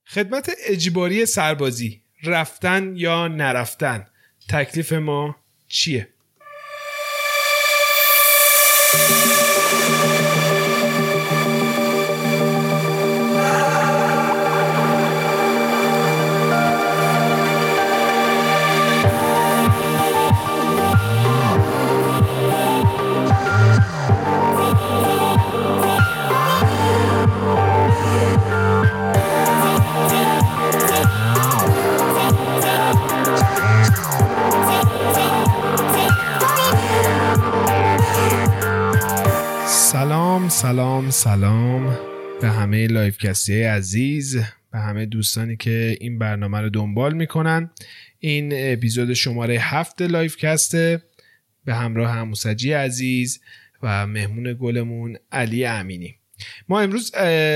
خدمت اجباری سربازی، رفتن یا نرفتن، تکلیف ما چیه؟ سلام به همه لایفکستی عزیز، به همه دوستانی که این برنامه رو دنبال میکنن. این اپیزود شماره 7 لایفکسته، به همراه هموسجی عزیز و مهمون گلمون علی امینی. ما امروز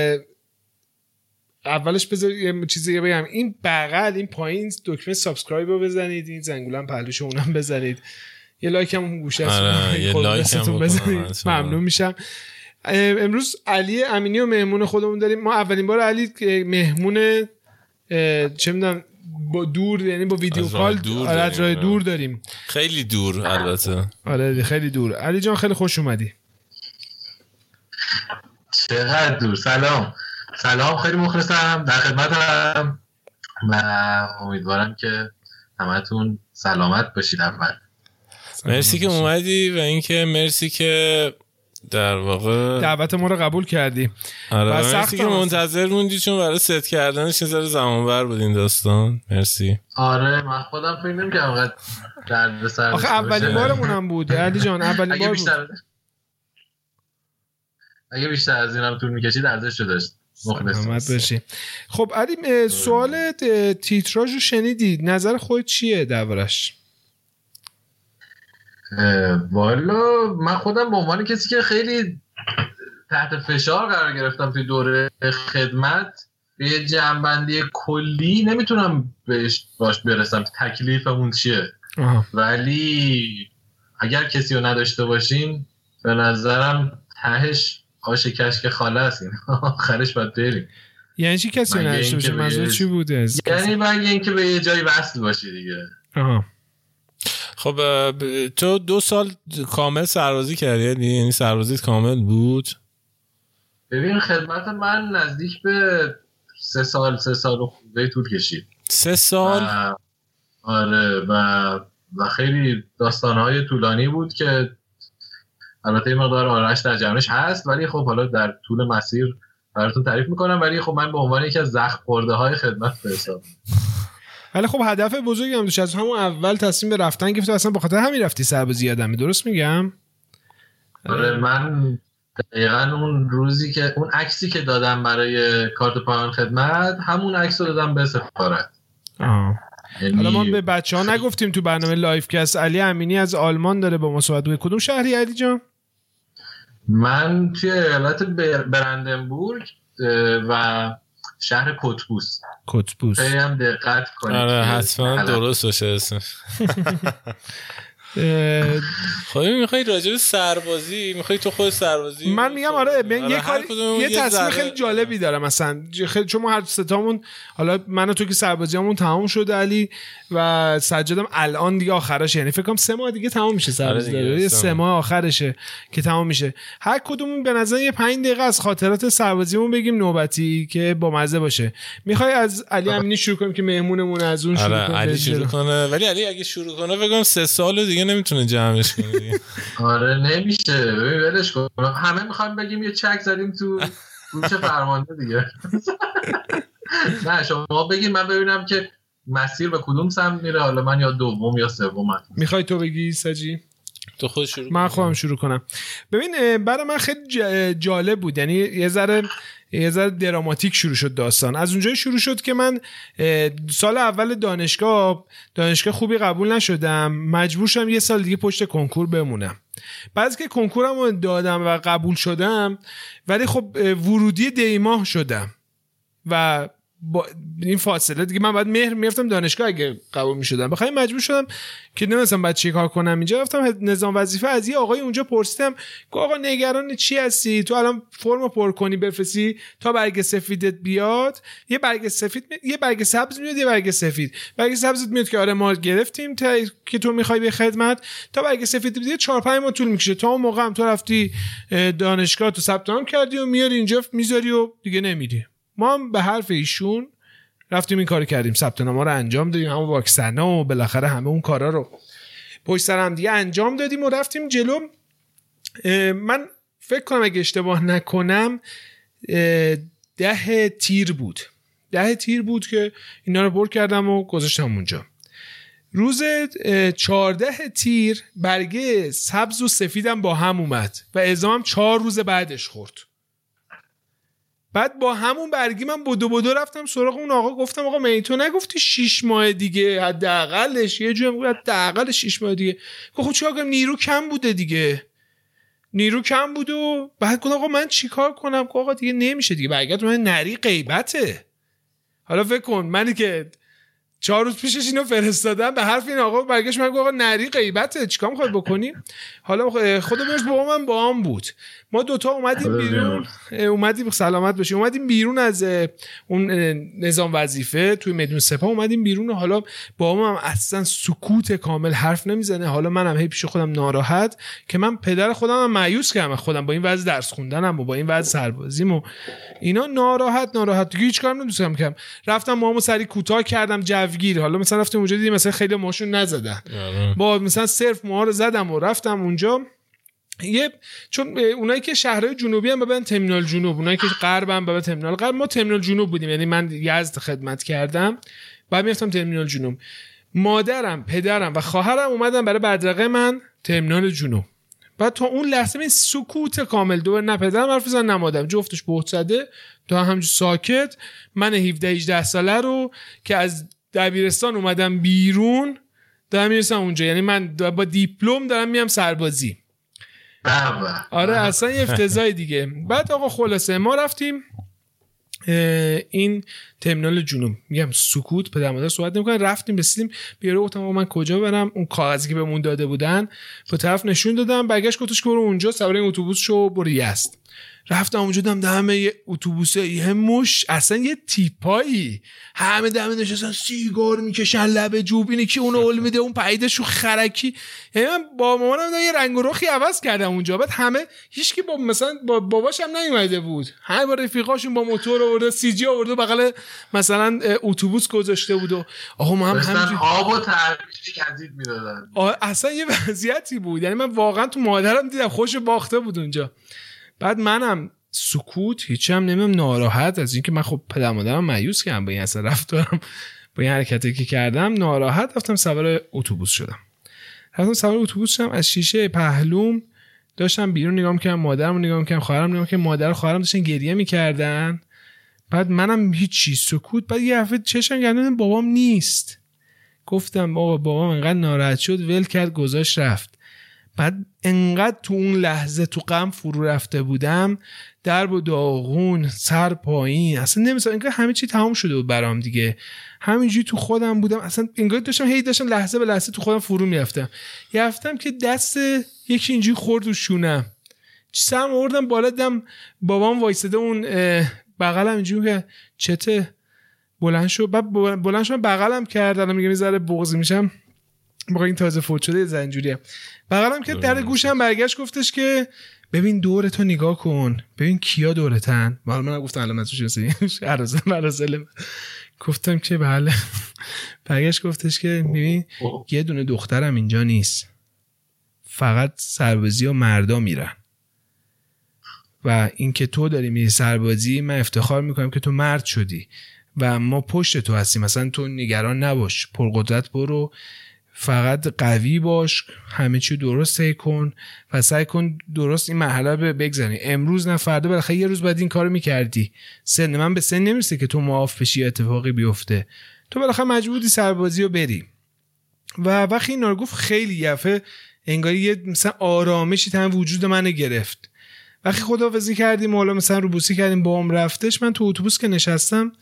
اولش بذار یه چیزی بگم، این بغل این پایین دکمه سابسکرایب رو بزنید، این زنگوله پهلوش اونم بزنید، یه لایک هم گوشه است بزنید، ممنون میشم. امروز علی امینی و مهمون خودمون داریم. ما اولین بار علی مهمون چه میدونم با دور، یعنی با ویدیو کال از راه دور داریم، خیلی دور البته. آره خیلی دور. علی جان خیلی خوش اومدی. چقدر دور. سلام، خیلی مخلصم، در خدمتم و امیدوارم که همتون سلامت باشید. اول مرسی که اومدی و اینکه مرسی که در واقع دعوت ما رو قبول کردی. آره مرسی که منتظر موندی، چون برای ست کردنش یه ذره زمان بر بود این داستان. مرسی. آره من خودم فکر نمی‌کردم انقدر دردسر آخه اولین بارمون هم بود علی جان، اولین بار بود. اگه بیشتر از اینم طول می‌کشید ارزش رو داشت. مخلص باشی. خب علی، سوال تیتراژ رو شنیدی، نظر خودت چیه دربارش؟ والا من خودم به عنوان کسی که خیلی تحت فشار قرار گرفتم توی دوره خدمت، به یه جنبندی کلی نمیتونم باش برسم تکلیف اون چیه. ولی اگر کسی رو نداشته باشیم به نظرم تهش آش کشک خاله است، آخرش باید بریم. یعنی چی کسی رو نداشته باشیم؟ منظور چی بوده؟ یعنی مگه اینکه به یه جایی وصل باشی دیگه. خب تو 2 سال کامل سربازی کردی؟ یعنی سربازیت کامل بود؟ ببین خدمت من نزدیک به 3 سال خورده طول کشید. 3 سال؟ آره و خیلی داستانهای طولانی بود که البته این مقدار آرش در جمعش هست، ولی خب حالا در طول مسیر براتون تعریف میکنم. ولی خب من به عنوان یکی از زخم خورده های خدمت به حساب. ولی خب هدف بزرگی هم داشت، از همون اول تصمیم به رفتن گرفتی، اصلا به خاطر همین رفتی سربازی آدمی، درست میگم؟ آره من دقیقاً اون روزی که اون عکسی که دادم برای کارت پایان خدمت، همون عکس رو دادم به سفارت. حالا ما به بچه‌ها نگفتیم تو برنامه لایفکست علی امینی از آلمان داره با ما صحبت می‌کنه. کدوم شهری علی جان؟ من توی ایالت برندنبورگ و شهر کتبوس. خیلی هم دقت کنید. آره حتما درست باشه اسم. خب میخوای راجع به سربازی، میخوای تو خود سربازی؟ من میگم آره یه تصمیم خیلی جالبی دارم مثلا، خیلی چون ما هر ستامون، حالا من و تو که سربازیامون تمام شده علی و سجادم الان دیگه آخرشه، یعنی فکر کنم 3 ماه دیگه تمام میشه سربازی داره، 3 ماه آخرشه که تمام میشه. هر کدومون به نظر یه 5 دقیقه از خاطرات سربازیمون بگیم نوبتی که با مزه باشه. میخوای از علی امینی شروع کنیم که مهمونمون از اون شروع کنه؟ علی شروع کنه. ولی علی اگه شروع کنه بگم 3 سال دیگه نمیتونه جمعش کنه. آره نمیشه، ببین ولش کن، همه میخوام بگیم یه چک زدیم تو گوش فرمانده دیگه. نه شما بگین من ببینم که مسیر به کدوم سمت میره، حالا من یا دوم یا سوم. میخوای تو بگی سجی؟ تو خود شروع من خودم شروع کنم. ببین برای من خیلی جالب بود، یعنی یه ذره دراماتیک شروع شد داستان. از اونجایی شروع شد که من سال اول دانشگاه خوبی قبول نشدم، مجبور شدم یه سال دیگه پشت کنکور بمونم. بعد که کنکورم رو دادم و قبول شدم، ولی خب ورودی دیماه شدم و با این فاصله دیگه من بعد مهر میرفتم دانشگاه اگه قبول میشدم. بخاطر مجبور شدم که نمی‌دونم بعد چی کار کنم. اینجا رفتم نظام وظیفه از یه آقای اونجا پرسیدم که آقا نگران چی هستی؟ تو الان فرم پر کنی بفرستی تا برگ سفیدت بیاد، یه برگ سفید یه برگ سبز میاد، یه برگ سفید. برگ سبزت میاد که آره ما گرفتیم که تو میخوای به خدمت، تا برگ سفید بیاد 4-5 ماه طول میکشه. تا اون موقع هم تو رفتی دانشگاه تو ثبت نام کردی و میاری اینجا میذاری و دیگه نمیری. ما هم به حرف ایشون رفتیم این کارو کردیم، ثبت نام‌ها رو انجام دادیم، همون واکسنا و بالاخره همه اون کارا رو پشت سر هم دیگه انجام دادیم و رفتیم جلو. من فکر کنم اگه اشتباه نکنم 10 تیر بود که اینا رو پر کردم و گذاشتم اونجا. روز 14 تیر برگه سبز و سفیدم با هم اومد و اعزامم 4 روز بعدش خورد. بعد با همون برگی من بدو رفتم سراغ اون آقا، گفتم آقا من تو نگفتی 6 ماه دیگه حداقلش، یه جوری میگه حداقل 6 ماه دیگه. خب چیکار کنم؟ نیرو کم بوده دیگه، نیرو کم بود. و بعد گفتم آقا من چیکار کنم؟ آقا دیگه نمیشه دیگه، برگت من نری غیبته. حالا فکر کن منی که 4 روز پیشش اینو فرستادم به حرف این آقا برگشت من گفت آقا نری غیبته، چیکار می‌خوای بکنی؟ حالا خدا بهش با هم بود. ما دوتا اومدیم بیرون، اومدیم سلامت باشیم، اومدیم بیرون از اون نظام وظیفه توی میدون سپاه اومدیم بیرون. حالا با هم اصلا سکوت کامل، حرف نمیزنه. حالا منم هی پیش خودم ناراحت که من پدر خودم هم مایوس کردم خودم با این وضع درس خوندنم و با این وضع سربازیم و اینا، ناراحت دیگه هیچ کارم نمی‌تونم کنم. رفتم موامو سری کوتاه کردم جوگیر. حالا مثلا رفتم اونجا دیدیم مثلا خیلی ماشون نزدن، با مثلا صرف موها رو زدم و رفتم اونجا. چون اونایی که شهرهای جنوبی هم ببرن ترمینال جنوب، اونایی که غرب هم ببرن ترمینال غرب. ما ترمینال جنوب بودیم، یعنی من یزد خدمت کردم، بعد میرفتم ترمینال جنوب. مادرم، پدرم و خواهرم اومدن برای بدرقه من ترمینال جنوب. بعد تا اون لحظه من سکوت کامل، دور نه پدرم حرف زدن نه مادرم، جفتش بهت زده تا همینجوری ساکت. من 17-18 ساله رو که از دبیرستان اومدم بیرون دارم میرسم اونجا، یعنی من با دیپلم دارم میام سربازی. آره اصلا یه افتضاح دیگه. بعد آقا خلاصه ما رفتیم این ترمینال جنوب، میگم سکوت، پدر مادر صحبت نمی‌کنن. رفتیم رسیدیم بیارو، گفتم من کجا برم؟ اون کاغذی که بهمون داده بودن به طرف نشون دادم، برگشت گفتش که برو اونجا سوار این اتوبوس شو برو یزد. رفتم اونجا دیدم همه یه اتوبوسه یه مش، اصلا یه تیپایی همه دم نشستن سیگار میکشن لب جوب، اینی که اون اول میده اون پاییدشو خرکی. یعنی من با مامانم یه رنگ و رخی عوض کردم اونجا. بعد همه هیچکی با مثلا با باباش هم نیومده بود، همه با رفیقاشون با موتور آورده، سی جی آورده بغل مثلا اتوبوس گذاشته بود و آقا ما هم همینجوری آب و تربیتی گزید میدادن. اصلا یه وضعیتی بود، یعنی من واقعا تو مادرم دیدم خوش باخته بود اونجا. بعد منم سکوت، هیچ هم نمیم، ناراحت از اینکه من خب پدر مادرم مایوس کردم با این اصلا رفتارم، با این حرکتی که کردم، ناراحت رفتم سوار اتوبوس شدم. از شیشه پهلوم داشتم بیرون نگاه می‌کردم، مادرمو نگاه می‌کردم، خواهرم نگاه می‌کردم، مادر و خواهرم داشتن گریه می‌کردن. بعد منم هیچی سکوت. بعد یه دفعه چشم گردیدم بابام نیست. گفتم بابام انقدر ناراحت شد ول کرد گذاشت رفت. بعد انقدر تو اون لحظه تو غم فرو رفته بودم، درب و داغون، سر پایین، اصلا نمی‌دونم، انگار همه چی تمام شده بود برام دیگه. همینجوری تو خودم بودم، اصلا انگار داشتم لحظه به لحظه تو خودم فرو میرفتم. رفتم که دست یکی اینجوری خورد رو شونم، سرم آوردم بالا، دیدم بابام وایساده اون بغلم اینجوری که چته بلند شد. بعد بلند شدم بغلم کرد، الان میگم یه ذره بغضی میشم موقع این تازه فوت شده زنجوریه. بغلم که در گوشم برگشت گفتش که ببین دورتو نگاه کن، ببین کیا دورتن. من گفتم علامتش رسید. گفتم که بله. برگشت گفتش که ببین یه دونه دخترم اینجا نیست، فقط سربازی و مردا میرن و این که تو داری میری سربازی، من افتخار میکنم که تو مرد شدی و ما پشت تو هستیم، مثلا تو نگران نباش، پرقدرت برو، فقط قوی باش، همه چی درست سعی کن و سعی کن درست این مرحله رو بگذرونی. امروز نه فردا، بالاخره یه روز بعد این کارو میکردی. سن من به سن نمیرسه که تو معاف بشی اتفاقی بیفته، تو بالاخره مجبوری سربازی رو بری. و وقتی اینا رو گفت خیلی یفه انگاری یه مثلا آرامشی تمام وجود منو گرفت. وقتی خداحافظی کردیم، حالا مثلا روبوسی کردیم، با هم رفتش، من تو اتوبوس که نشستم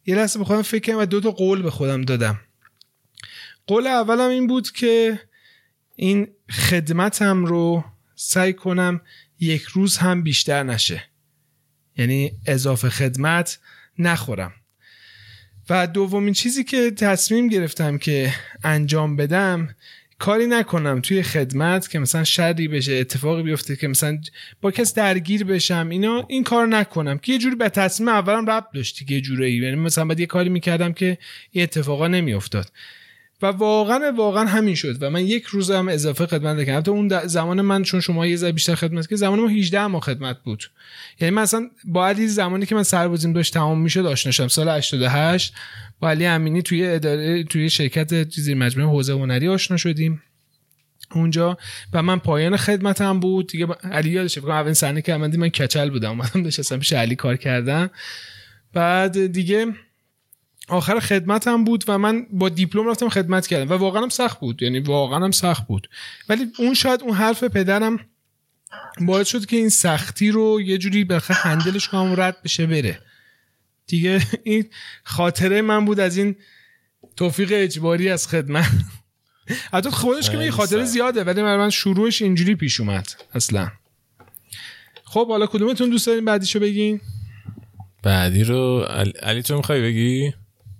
یه لحظه به خودم فکر کردم و 2 تا قول به خودم دادم. قول اولم این بود که این خدمتم رو سعی کنم 1 روز هم بیشتر نشه، یعنی اضافه خدمت نخورم. و دومین چیزی که تصمیم گرفتم که انجام بدم، کاری نکنم توی خدمت که مثلا شری بشه، اتفاقی بیفته که مثلا با کس درگیر بشم، این کار نکنم که یه جوری به تصمیم اولم ربط داشت که یه جوری، یعنی مثلا بعد یه کاری میکردم که این اتفاقا نمیافتاد و واقعا همین شد و من 1 روز هم اضافه خدمت کردم. تا اون زمان من، چون شما یه ذره بیشتر خدمت که زمان ما 18 ماه خدمت بود، یعنی مثلا با علی زمانی که من سربازیم داشت تمام میشد آشنا شدم سال 88، با علی امینی توی اداره توی شرکت چیزی مجموعه حوزه هنری آشنا شدیم اونجا و من پایان خدمتم بود دیگه. علی یادشه فکر کنم اولین صحنه که من کچل بودم، اومدم نشستم پیش علی کار کردم، بعد دیگه آخر خدمتم بود و من با دیپلم رفتم خدمت کردم و واقعا هم سخت بود، یعنی واقعا هم سخت بود، ولی شاید اون حرف پدرم باعث شد که این سختی رو یه جوری بخاطر هندلش کنم رد بشه بره دیگه. این خاطره من بود از این توفیق اجباری از خدمت. حتی خودش که میگه خاطره زیاده، ولی من شروعش اینجوری پیش اومد اصلا. خب حالا کدومتون دوست دارین بعدیشو بگین؟ بعدی رو علی تو میخوای بگی؟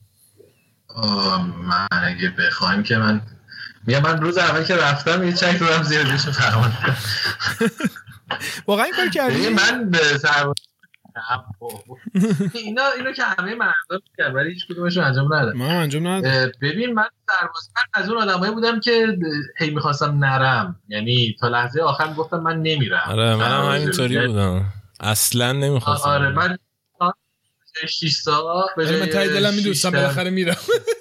من اگه بخوایم که من روز اول که رفتم یه چک دادم زیر دوشم فرمان. واقعا این کار کردی؟ من به سرباز اینو که همه مردم میگن ولی هیچ کدومشون انجام ندادن. من انجام ندادم. ببین من سرباز از اون آدمایی بودم که هی می‌خواستم نرم، یعنی تا لحظه آخر گفتم من نمیرم. آره منم همینطوری بودم، اصلا نمی‌خواستم. آره من 6 سال من تای دلم می‌دوستم بالاخره میرم.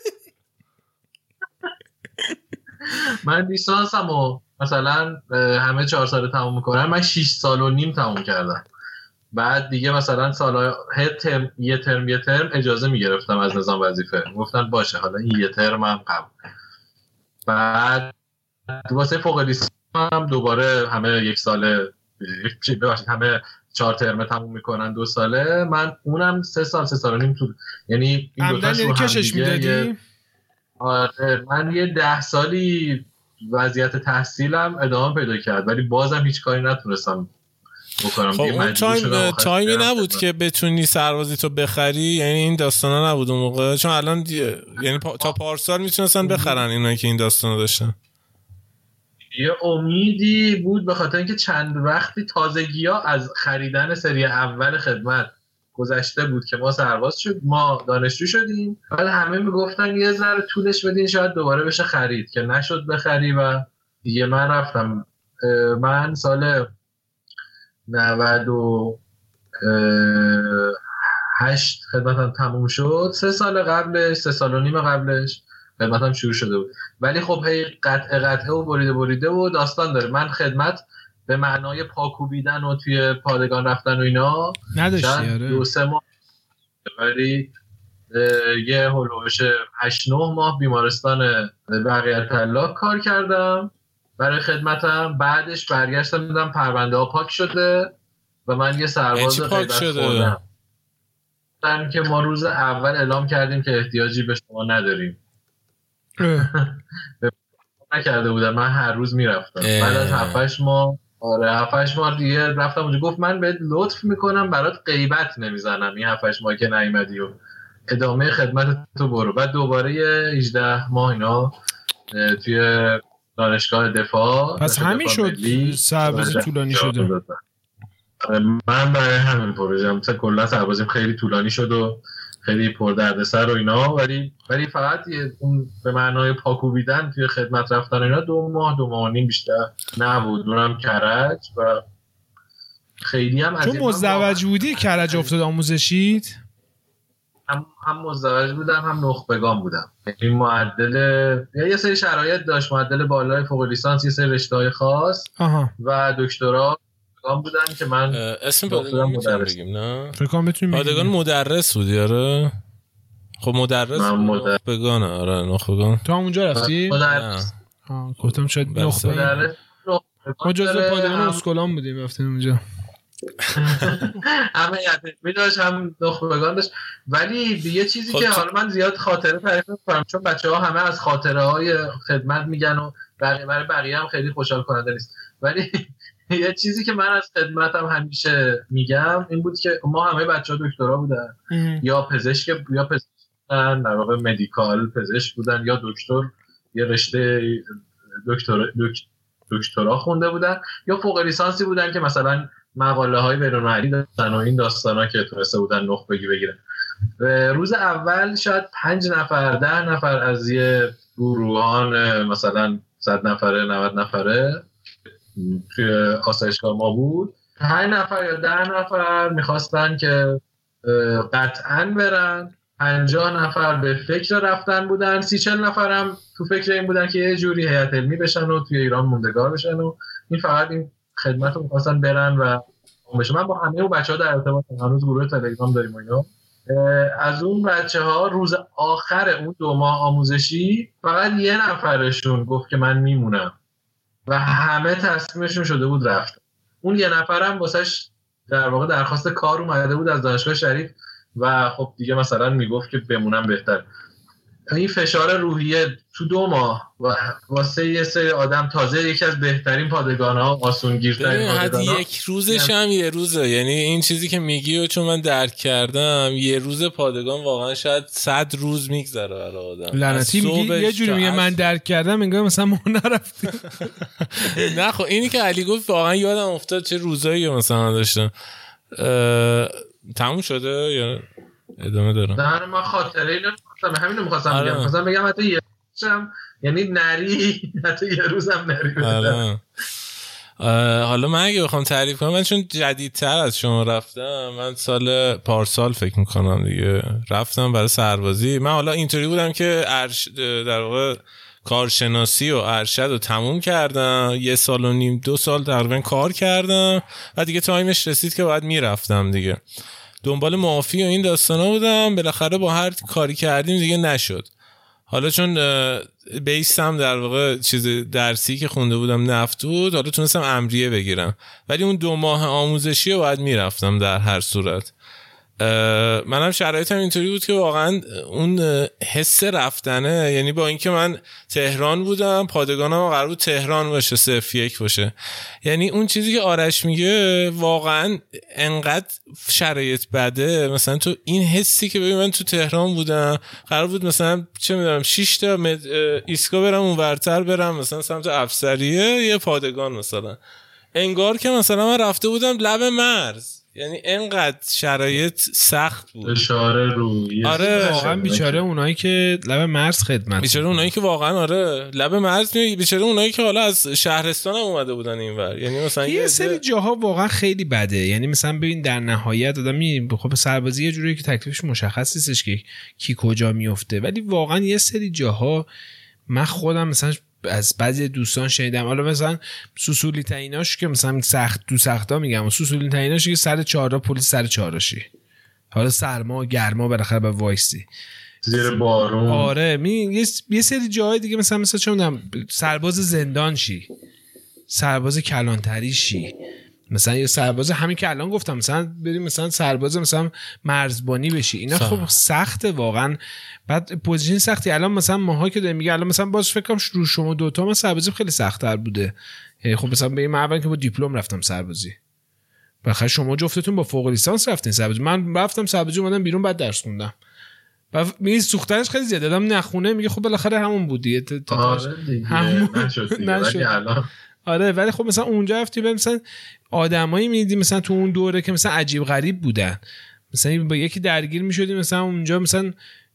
من لیسانسمو مثلا همه 4 سال تموم می‌کنم، من 6 سال و نیم تموم کردم. بعد دیگه مثلا یه ترم اجازه میگرفتم از نظام وظیفه، گفتن باشه حالا این یه ترم هم قبل. بعد واسه فوق لیسانس هم دوباره همه 1 سال ببخشید همه 4 ترم تموم میکنن 2 ساله، من اونم 3 سال و نیم طول، یعنی این دو تاشو هم کشش میدادی. آره من یه 10 سالی وضعیت تحصیلم ادامه پیدا کرد ولی بازم هیچ کاری نتونستم بکنم. خب اون تایمی نبود که بتونی سربازی تو بخری، یعنی این داستانا نبود اون موقع، چون الان یعنی تا پارسال میتونستن بخرن اینایی که این داستانا داشتن. یه امیدی بود به خاطر اینکه چند وقتی تازگی‌ها از خریدن سری اول خدمت گذشته بود که ما سرباز شد، ما دانشجو شدیم، بعد همه میگفتن یه ذره طولش بدین شاید دوباره بشه خرید، که نشد بخری و دیگه من رفتم. من سال 98 خدمتم تموم شد، 3 سال قبلش 3 سال و نیم قبلش خدمتم شروع شده بود، ولی خب هی قطعه و بریده و داستان داره. من خدمت به معنای پاکوبیدن و توی پادگان رفتن و اینا نداشتی، 2-3 ماه، ولی یه هلوش 8-9 ماه بیمارستان بقیت الله کار کردم برای خدمتم. بعدش برگشتم دیدم پرونده ها پاک شده و من یه سرباز غیبت خوردم. گفتن که ما روز اول اعلام کردیم که احتیاجی به شما نداریم. نکرده بودم، من هر روز میرفتم. بعد از 7-8 ماه 7-8 ماه دیگه رفتم اونجا، گفت من بهت لطف میکنم برات غیبت نمیزنم این 7-8 ماه که نیومدی و ادامه خدمت تو برو. بعد دوباره 18 ماه اینا توی دانشگاه دفاع. پس همین شد سربازی طولانی شده. من برای همین پروژه مثلا کلا سربازیم خیلی طولانی شد و خیلی پردردسر و اینا، ولی فقط اون به معنای پاکوبیدن توی خدمت رفتن اینا 2 ماه و نیم بیشتر نبود. اونم کرج و خیلی هم چون مزدوج بودی کرج افتاد آموزشید؟ هم مزدوج بودم هم نخبگان بودم. این معدل یه سری شرایط داشت، معدل بالای فوق لیسانس، یه سری رشته‌های خاص و دکترا بودن که من اسم پادگان میتونم بگیم نه؟ فکر کنم بتونیم پادگان مدرس بودی. آره خب مدرس نخبگان. آره نخبگان. تو اونجا رفتی؟ مدرس. گفتم شاید نخبگان. ما جزو پادگان اسکلان بودیم رفتیم اونجا. همه یادمی داشت هم نخبگان داشت. ولی یه چیزی که حالا من زیاد خاطره تعریف نمی‌کنم چون بچه‌ها همه از خاطره‌های خدمت میگن و بقیه هم خیلی خوشحال کننده نیست، ولی یه چیزی که من از خدمتم همیشه میگم این بود که ما همه بچه‌ها دکترا بودن یا پزشک بودن، در واقع مدیکال پزشک بودن یا دکتر، یه رشته دکترا خونده بودن یا فوق لیسانسی بودن که مثلا مقاله های بین‌المللی داشتن و این داستانا که تونسته بودن نخبگی بگیرن. روز اول شاید 5 نفر 10 نفر از یه گروهان مثلا 100 نفره 90 نفره توی آسایشگاه ما بود، 5 نفر یا 10 نفر میخواستن که قطعاً برن، 50 نفر به فکر رفتن بودن، 30-40 نفر هم تو فکر این بودن که یه جوری هیئت علمی بشن و توی ایران موندگار بشن و این فقط این خدمت رو میخواستن برن و بشه. من با همه بچه‌ها در ارتباطم، هنوز گروه تلگرام داریم و اینا. از اون بچه‌ها روز آخر اون 2 ماه آموزشی فقط یه نفرشون گفت که من میمونم و همه تصمیمشون شده بود رفت. اون یه نفرم واسش در واقع درخواست کار اومده بود از دانشگاه شریف و خب دیگه مثلا میگفت که بمونم بهتر. این فشار روحیه تو 2 ماه واسه یه سری آدم، تازه یکی از بهترین پادگان‌ها، آسونگیرترین پادگان‌ها، یک روزش هم یه روزه. یعنی این چیزی که میگی و چون من درک کردم، یه روز پادگان واقعا شاید 100 روز میگذره برای آدم. لعنتی میگی یه جوری میگه من درک کردم انگار مثلا ما نرفتیم. نه خب اینی که علی گفت واقعا یادم افتاد چه روزایی مثلا داشتم. تموم شده یا ادامه دارم؟ نه من خاطره اینو همین رو می‌خواستم بگم. مثلا بگم حتی یه روزم، یعنی نری حتی یه روزم نری بودم. حالا من اگه بخوام تعریف کنم، من چون جدیدتر از شما رفتم، من سال پارسال فکر میکنم دیگه رفتم برای سربازی. من حالا اینطوری بودم که در واقع کارشناسی و ارشد رو تموم کردم، 1.5 سال 2 سال تقریبا کار کردم و دیگه تایمش رسید که باید میرفتم دیگه. دنبال معافی و این داستانا بودم، بالاخره با هر کاری کردیم دیگه نشد. حالا چون بیسم در واقع چیز درسی که خونده بودم نفت بود، حالا تونستم امریه بگیرم، ولی اون 2 ماه آموزشی رو باید میرفتم در هر صورت. منم شرایطم اینطوری بود که واقعا اون حس رفتنه، یعنی با اینکه من تهران بودم، پادگانم قرار بود تهران باشه، 01 باشه، یعنی اون چیزی که آرش میگه واقعا انقدر شرایط بده. مثلا تو این حسی که ببین من تو تهران بودم، قرار بود مثلا چه میدونم 6 تا ایسکا برم اون ورتر برم مثلا سمت افسریه یه پادگان، مثلا انگار که مثلا من رفته بودم لب مرز. یعنی اینقدر شرایط سخت بود. اشاره روی آره واقعا بیچاره اونایی که لب مرز خدمت، بیچاره اونایی که واقعا آره لب مرز، بیچاره اونایی که حالا از شهرستان هم اومده بودن اینور. یعنی مثلا یه سری جاها واقعا خیلی بده. یعنی مثلا ببین در نهایت آدمی خب سربازی یه جوری که تکلیفش مشخص نیستش که کی کجا میفته، ولی واقعا یه سری جاها من خودم مثلا از بعضی دوستان شنیدم، حالا مثلا سوسولی تایناش که مثلا سختا میگم، سوسولی تایناش که سر 4 پلیس سر 4شی، حالا سرما گرما بالاخره به وایسی زیر بارون. آره یه سری جای دیگه مثلا چه میدونم سرباز زندان شی، سرباز کلانتری شی، مثلا یه سرباز همین که الان گفتم مثلا بریم مثلا سرباز مثلا مرزبانی بشی، اینا خب سخته واقعا. بعد پوزیشن سختی. الان مثلا ماها که داریم میگه الان مثلا باز فکر کنم رو شما دوتا من سربازی خیلی سخت‌تر بوده. یعنی خب مثلا به این اول که با دیپلم رفتم سربازی، بخاطر شما جفتتون با فوق لیسانس رفتین سربازی، من رفتم سربازی اومدم بیرون بعد درس خوندم. بعد میگه سوختنش خیلی زیاده، آدم نخونه میگه خب بالاخره همون بود دیگه. همون نشد. آره ولی خب مثلا اونجا رفتی مثلا آدمایی میدیدی مثلا تو اون دوره که مثلا عجیب غریب بودن، مثلا با یکی درگیر میشدی مثلا اونجا مثلا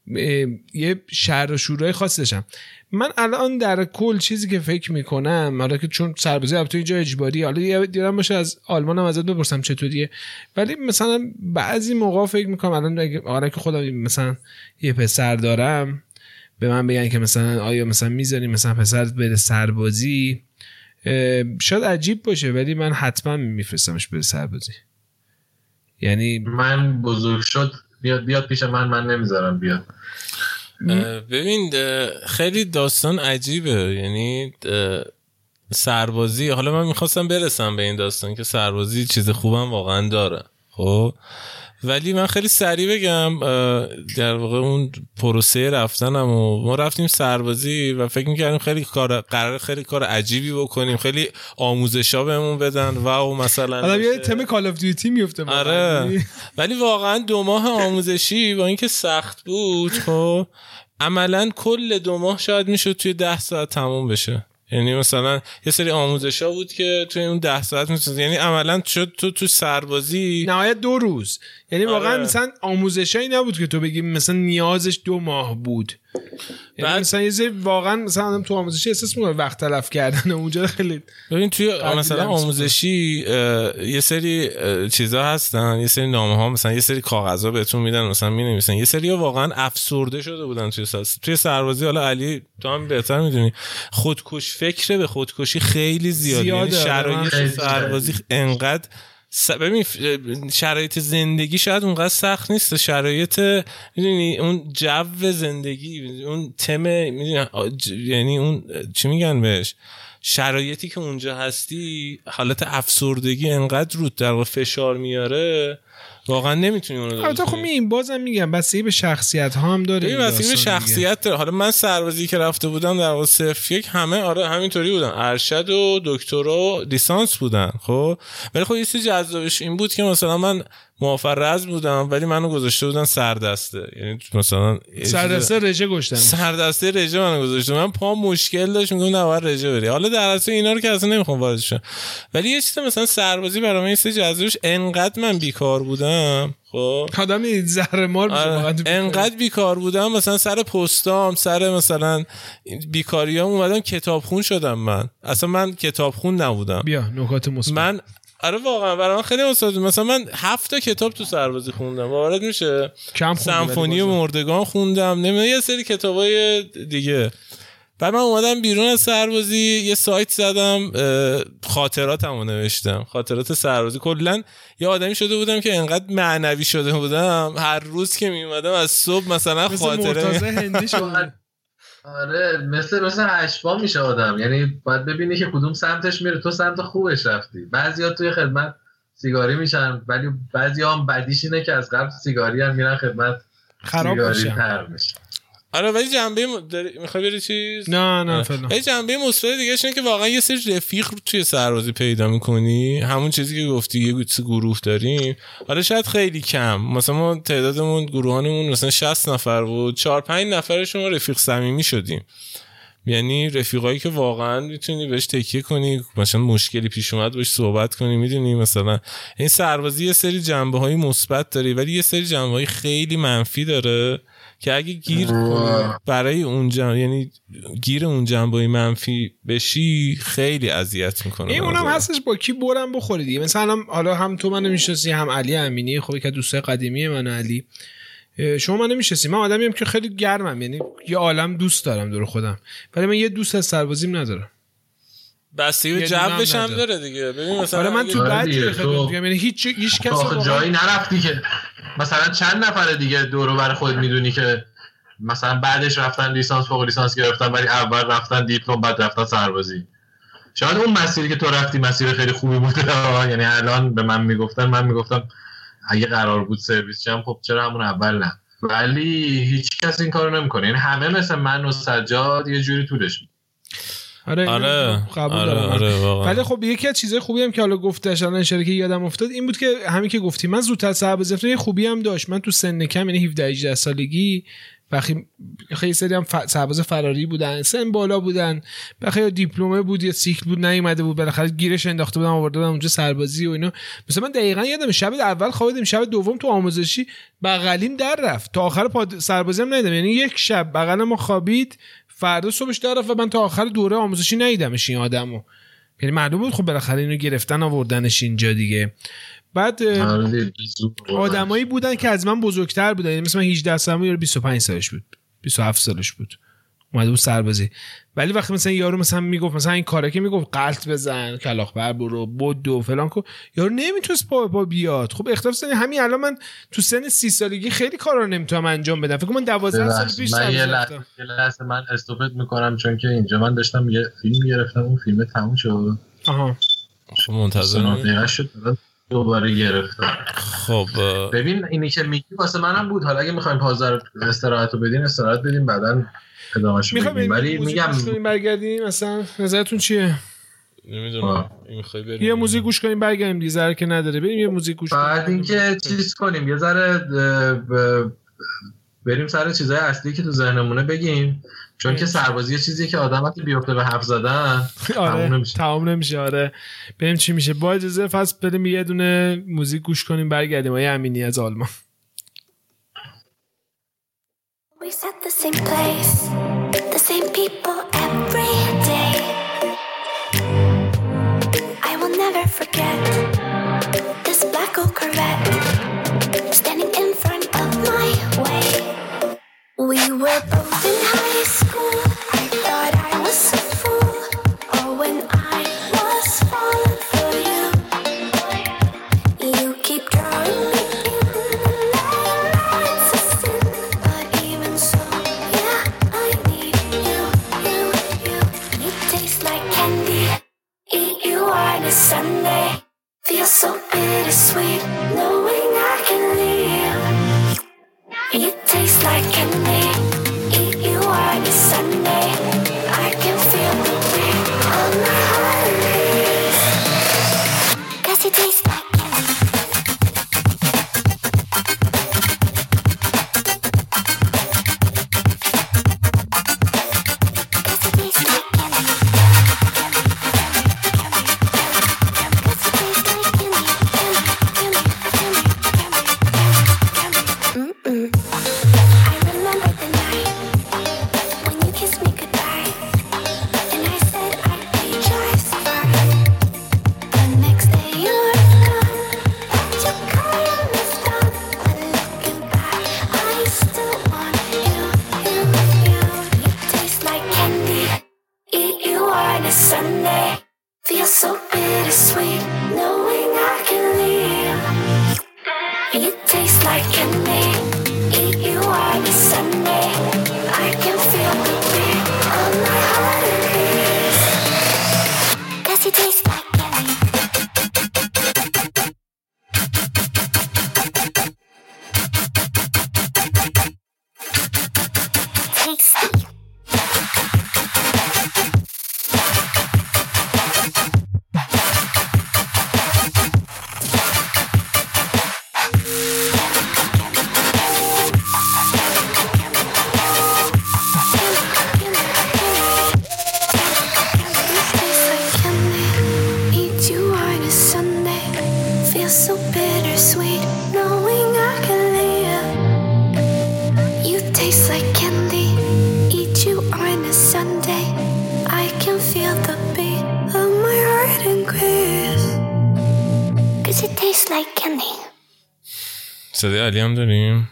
یه شر و شورای خاصی داشتم. من الان در کل چیزی که فکر میکنم، حالا که چون سربازی البته اینجا اجباری، حالا دیدم باشه از آلمان هم ازت بپرسم چطوریه، ولی مثلا بعضی موقع فکر میکنم الان آره که خودم مثلا یه پسر دارم به من بگن که مثلا آیا مثلا میذاریم مثلا پسرت بره سربازی، شاید عجیب باشه ولی من حتما میفرستمش بره سربازی. یعنی من بزرگ شد بیاد پیش من نمیذارم بیاد. ببین خیلی داستان عجیبه. یعنی سربازی، حالا من میخواستم برسم به این داستان که سربازی چیز خوبم واقعا داره خب، ولی من خیلی سریع بگم در واقع اون پروسه رفتنم و ما رفتیم سربازی و فکر میکردیم خیلی قرار خیلی کار عجیبی بکنیم، خیلی آموزشا بهمون بدن و مثلا حالا یه تم کال اف دیوتی میفته. آره ولی واقعا 2 ماه آموزشی با اینکه سخت بود خب عملا کل 2 ماه شاید میشد توی 10 ساعت تموم بشه. یعنی مثلا یه سری آموزشا بود که توی اون 10 ساعت میشد، یعنی عملا شد تو سربازی نهایت 2 روز. یعنی واقعا مثلا آموزشایی نبود که تو بگی مثلا نیازش 2 ماه بود. یعنی مثلا یه سری واقعا مثلا آدم تو آموزشی احساس می‌کنه وقت تلف کردن اونجا خیلی. ببین توی مثلا آموزشی یه سری چیزا هستن، یه سری نامه‌ها مثلا یه سری کاغذا بهتون میدن مثلا می‌نویسن، یه سری‌ها واقعا افسرده شده بودن توی سربازی. حالا علی تو هم بهتر می‌دونی خودکش فکر به خودکشی خیلی زیاده. یعنی شرایط سربازی انقدر ببین شرایط زندگی شاید اونقدر سخت نیست، شرایط میدونی اون جو زندگی اون تم میدونی یعنی اون چی میگن بهش شرایطی که اونجا هستی حالت افسردگی انقدر رو در واقع فشار میاره واقعا نمیتونی اونو داشت. البته خب این بازم میگم بستگی به شخصیت ها هم داره. این بستگی به شخصیت داره. حالا من سربازی که رفته بودم در واقع 01 همه آره همینطوری بودن، ارشد و دکترا و لیسانس بودن خب، ولی خب یه چیز جذابش این بود که مثلا من موافرز بودم ولی منو گذاشته بودن سردسته، یعنی مثلا سردسته رژه گشتن، سردسته رژه منو گذاشته، من پا مشکل داشت میگم نه باید رژه بری. حالا در اصل اینا رو که اصلا نمیخوام وارد شم، ولی یه چیز مثلا سربازی برای من یه چیز جذابش انقدر من بیکار بودم خب آدم زهر مار میشه، انقدر بیکار بودم مثلا سر پستام سر مثلا بیکاریام اومدم کتابخون شدم. من اصلا کتابخون نبودم. بیا نکات مثبت. من آره واقعا برای من خیلی مثبت. مثلا من 7 کتاب تو سربازی خوندم، باورت میشه؟ سمفونی و مردگان خوندم، نمیدونم یه سری کتابای دیگه. بعد من اومدم بیرون از سربازی یه سایت زدم خاطراتمو نوشتم، خاطرات سربازی. کلا یه آدمی شده بودم که انقدر معنوی شده بودم هر روز که میومدم از صبح مثلا خاطره مرتضی هندی شده. آره مثل اشباه میشه آدم، یعنی باید ببینی که کدوم سمتش میره. تو سمت خوبش رفتی. بعضیا توی خدمت سیگاری میشن ولی بعضیا هم بدیش اینه که از قبل سیگاری هم میرن خدمت خراب میشن. آره ولی جنبه میخوای بری چیز؟ نه فعلا. ولی جنبه مثبت دیگه اینه که واقعا یه سری رفیق توی سربازی پیدا میکنی، همون چیزی که گفتی یه گروه داریم. حالا شاید خیلی کم، مثلا ما تعدادمون گروهانمون مثلا 60 نفر بود، 4-5 نفرشون رفیق صمیمی شدیم. یعنی رفیقایی که واقعا میتونی بهش تکیه کنی، مثلا مشکلی پیش اومد باش صحبت کنی. میدونی مثلا این سربازی یه سری جنبه‌های مثبت داره ولی یه سری جنبه‌های خیلی منفی داره که اگه گیر برای اونجا یعنی گیر اون جنبه‌های منفی بشی خیلی اذیت میکنه. این اونم هستش با کی برم بخوری دیگه. مثلا حالا هم تو منو میشناسی هم علی امینی، خب که دوستای قدیمی من علی، شما منو میشناسی. من آدمیم که خیلی گرمم، یعنی یه عالم دوست دارم دور خودم، ولی من یه دوست از سربازیم ندارم. بستگی به جوش هم داره دیگه. ببین مثلا من تو بعد خدمت یعنی هیچ کسی جایی نرفتی که مثلا چند نفر دیگه دورو بر خودت میدونی که مثلا بعدش رفتن لیسانس فوق لیسانس گرفتن ولی اول رفتن دیپلم بعد رفتن سربازی. شاید اون مسیری که تو رفتی مسیر خیلی خوبی بوده، یعنی الان به من میگفتم اگه قرار بود سرویس شم خب چرا همون اول نه، ولی هیچ کس این کارو نمیکنه. یعنی همه مثل من و سجاد یه جوری طولش میده. آره قبول دارم. ولی خب یکی از چیزای خوبی هم که حالا گفتش الان اشاره که یادم افتاد این بود که همین که گفتی من زودتر سربازی رفتم، یه خوبی هم داشت. من تو سن کم یعنی 17-18 سالگی بخی خیلی سری هم سرباز فراری بودن، سن بالا بودن، بخی دیپلمه بود یا سیکل بود نیومده بود، بالاخره گیرش انداخته بودم آورده بودم اونجا سربازی و اینا. مثلا من دقیقاً یادم شب اول خوابیدم، شب دوم تو آموزشی بغلیم در رفت تا آخر سربازی هم ندیدم. یعنی یک شب بغل ما خوابید، فردا صبحش در رفت و من تا آخر دوره آموزشی ندیدمش این آدمو. یعنی معلوم بود خب بالاخره اینو گرفتن آوردنش اینجا دیگه. بعد آدمایی بودن که از من بزرگتر بودن، یعنی مثلا 18 سالم یا 25 سالش بود، 27 سالش بود. اومده بود سربازی. ولی وقتی مثلا یارو مثلا میگفت مثلا این کاره که میگفت قلط بزن، کلاغ بر برو، بدو فلان کو، یارو نمیتونست پا بیاد. خب اختلاف سنی همین الان من تو سن 30 سالگی خیلی کارا رو نمیتونم انجام بدم. فکر کنم من 12 سال پیش من یه لحظه من استوپت میکنم چون که اینجا من داشتم یه فیلم گرفتم، اون فیلم تموم شد. آها منتظر شد دوباره گرفتم. خب ببین اینی که میگی واسه منم بود. حالا اگه میخوایم پازر استراحت رو بدین بعدن ادامه‌شو بگیم. ولی میگم برگردیم مثلا نظرتون چیه؟ نمیدونم میخوای بریم یه موزیک گوش کنیم برگردیم دیگه، ذره که نداره بریم یه موزیک گوش کنیم. بعد اینکه چیز کنیم یه ذره بریم سر چیزای اصلی که تو ذهنمونه بگیم، چون که سربازی یه چیزیه که آدم وقتی بیفته به حرف زدن تمام نمیشه. آره بریم چی میشه. با اجازه فاس بریم یه دونه موزیک گوش کنیم برگردیم. آیه امینی از آلمان. We set the same place, the same people every day. I will never forget this black old Corvette standing in front of my way. We were both in high school. I thought I was a fool. Oh, when I was falling for you, you keep drawing me in the line. Now it's a sin, but even so, yeah, I need you. You taste like candy. Eat you on a Sunday. Feel so bittersweet, knowing I can leave. You taste like candy. Eat you on a Sunday. I can feel the beat on my heart. 'Cause you taste like candy. Sunday, feel so bittersweet, knowing I can leave. You taste like candy. Eat you on a Sunday. I can feel the beat on my heart. 'Cause you taste like candy. Tasty. So bittersweet, knowing I can live. You taste like candy. Eat you on a Sunday. I can feel the beat of my heart increase. 'Cause it tastes like candy. صدای علی هم داریم.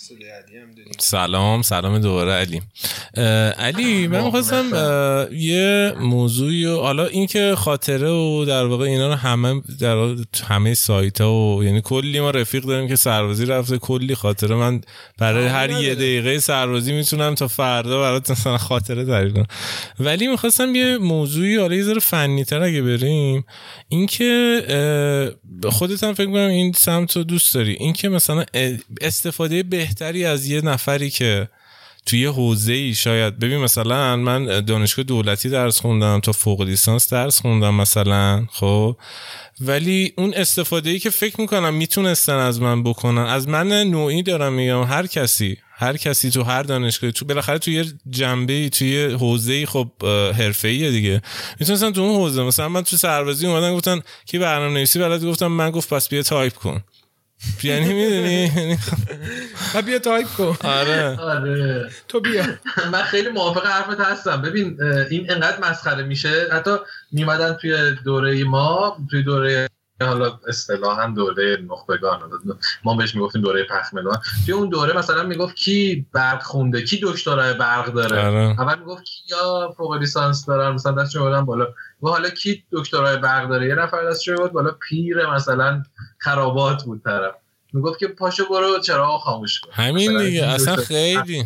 سلام دوباره علی. علی من می‌خواستم یه موضوعی و حالا این که خاطره و در واقع اینا رو همه سایت‌ها و یعنی کلی ما رفیق داریم که سربازی رفته، کلی خاطره. من برای هر یه دقیقه سربازی میتونم تا فردا برات مثلا خاطره تعریف کنم. ولی می‌خواستم یه موضوعی حالا یه ذره فنی‌تر اگه بریم، این که خودت هم فکر کنم این سمت رو دوست داری، این که مثلا استفاده بهتری از یه نفری که توی حوزه‌ای شاید ببین مثلا من دانشگاه دولتی درس خوندم تا فوق لیسانس درس خوندم مثلا، خب ولی اون استفاده‌ای که فکر میکنم میتونستن از من بکنن، از من نوعی دارم میگم، هر کسی تو هر دانشگاهی تو بالاخره تو یه جنبه‌ای توی حوزه‌ای خب حرفه‌ایه دیگه، میتونستن تو اون حوزه مثلا من تو سربازی اومدن گفتن کی برنامه‌نویسی بلد، گفتم من، گفت پس بیا تایپ کن. یعنی میدونی بیا تایپ کن. آره تو بیا. من خیلی موافق حرفت هستم. ببین این انقدر مسخره میشه، حتی میمدن توی دوره ما، توی دوره حالا اصطلاحاً دوره نخبگان، ما بهش میگفتیم دوره پخملوان. توی اون دوره مثلا میگفت کی برق خونده، کی دکترای برق داره. اول میگفت کیا فوق لیسانس دارن، مثلا دستش میبردن بالا. و حالا کی دکترای برق داره، یه نفر دستش میبرد بالا، پیر مثلا خرابات بود طرف، میگفت که پاشو برو چراغ خاموش کن. همین دیگه. اصلا خیلی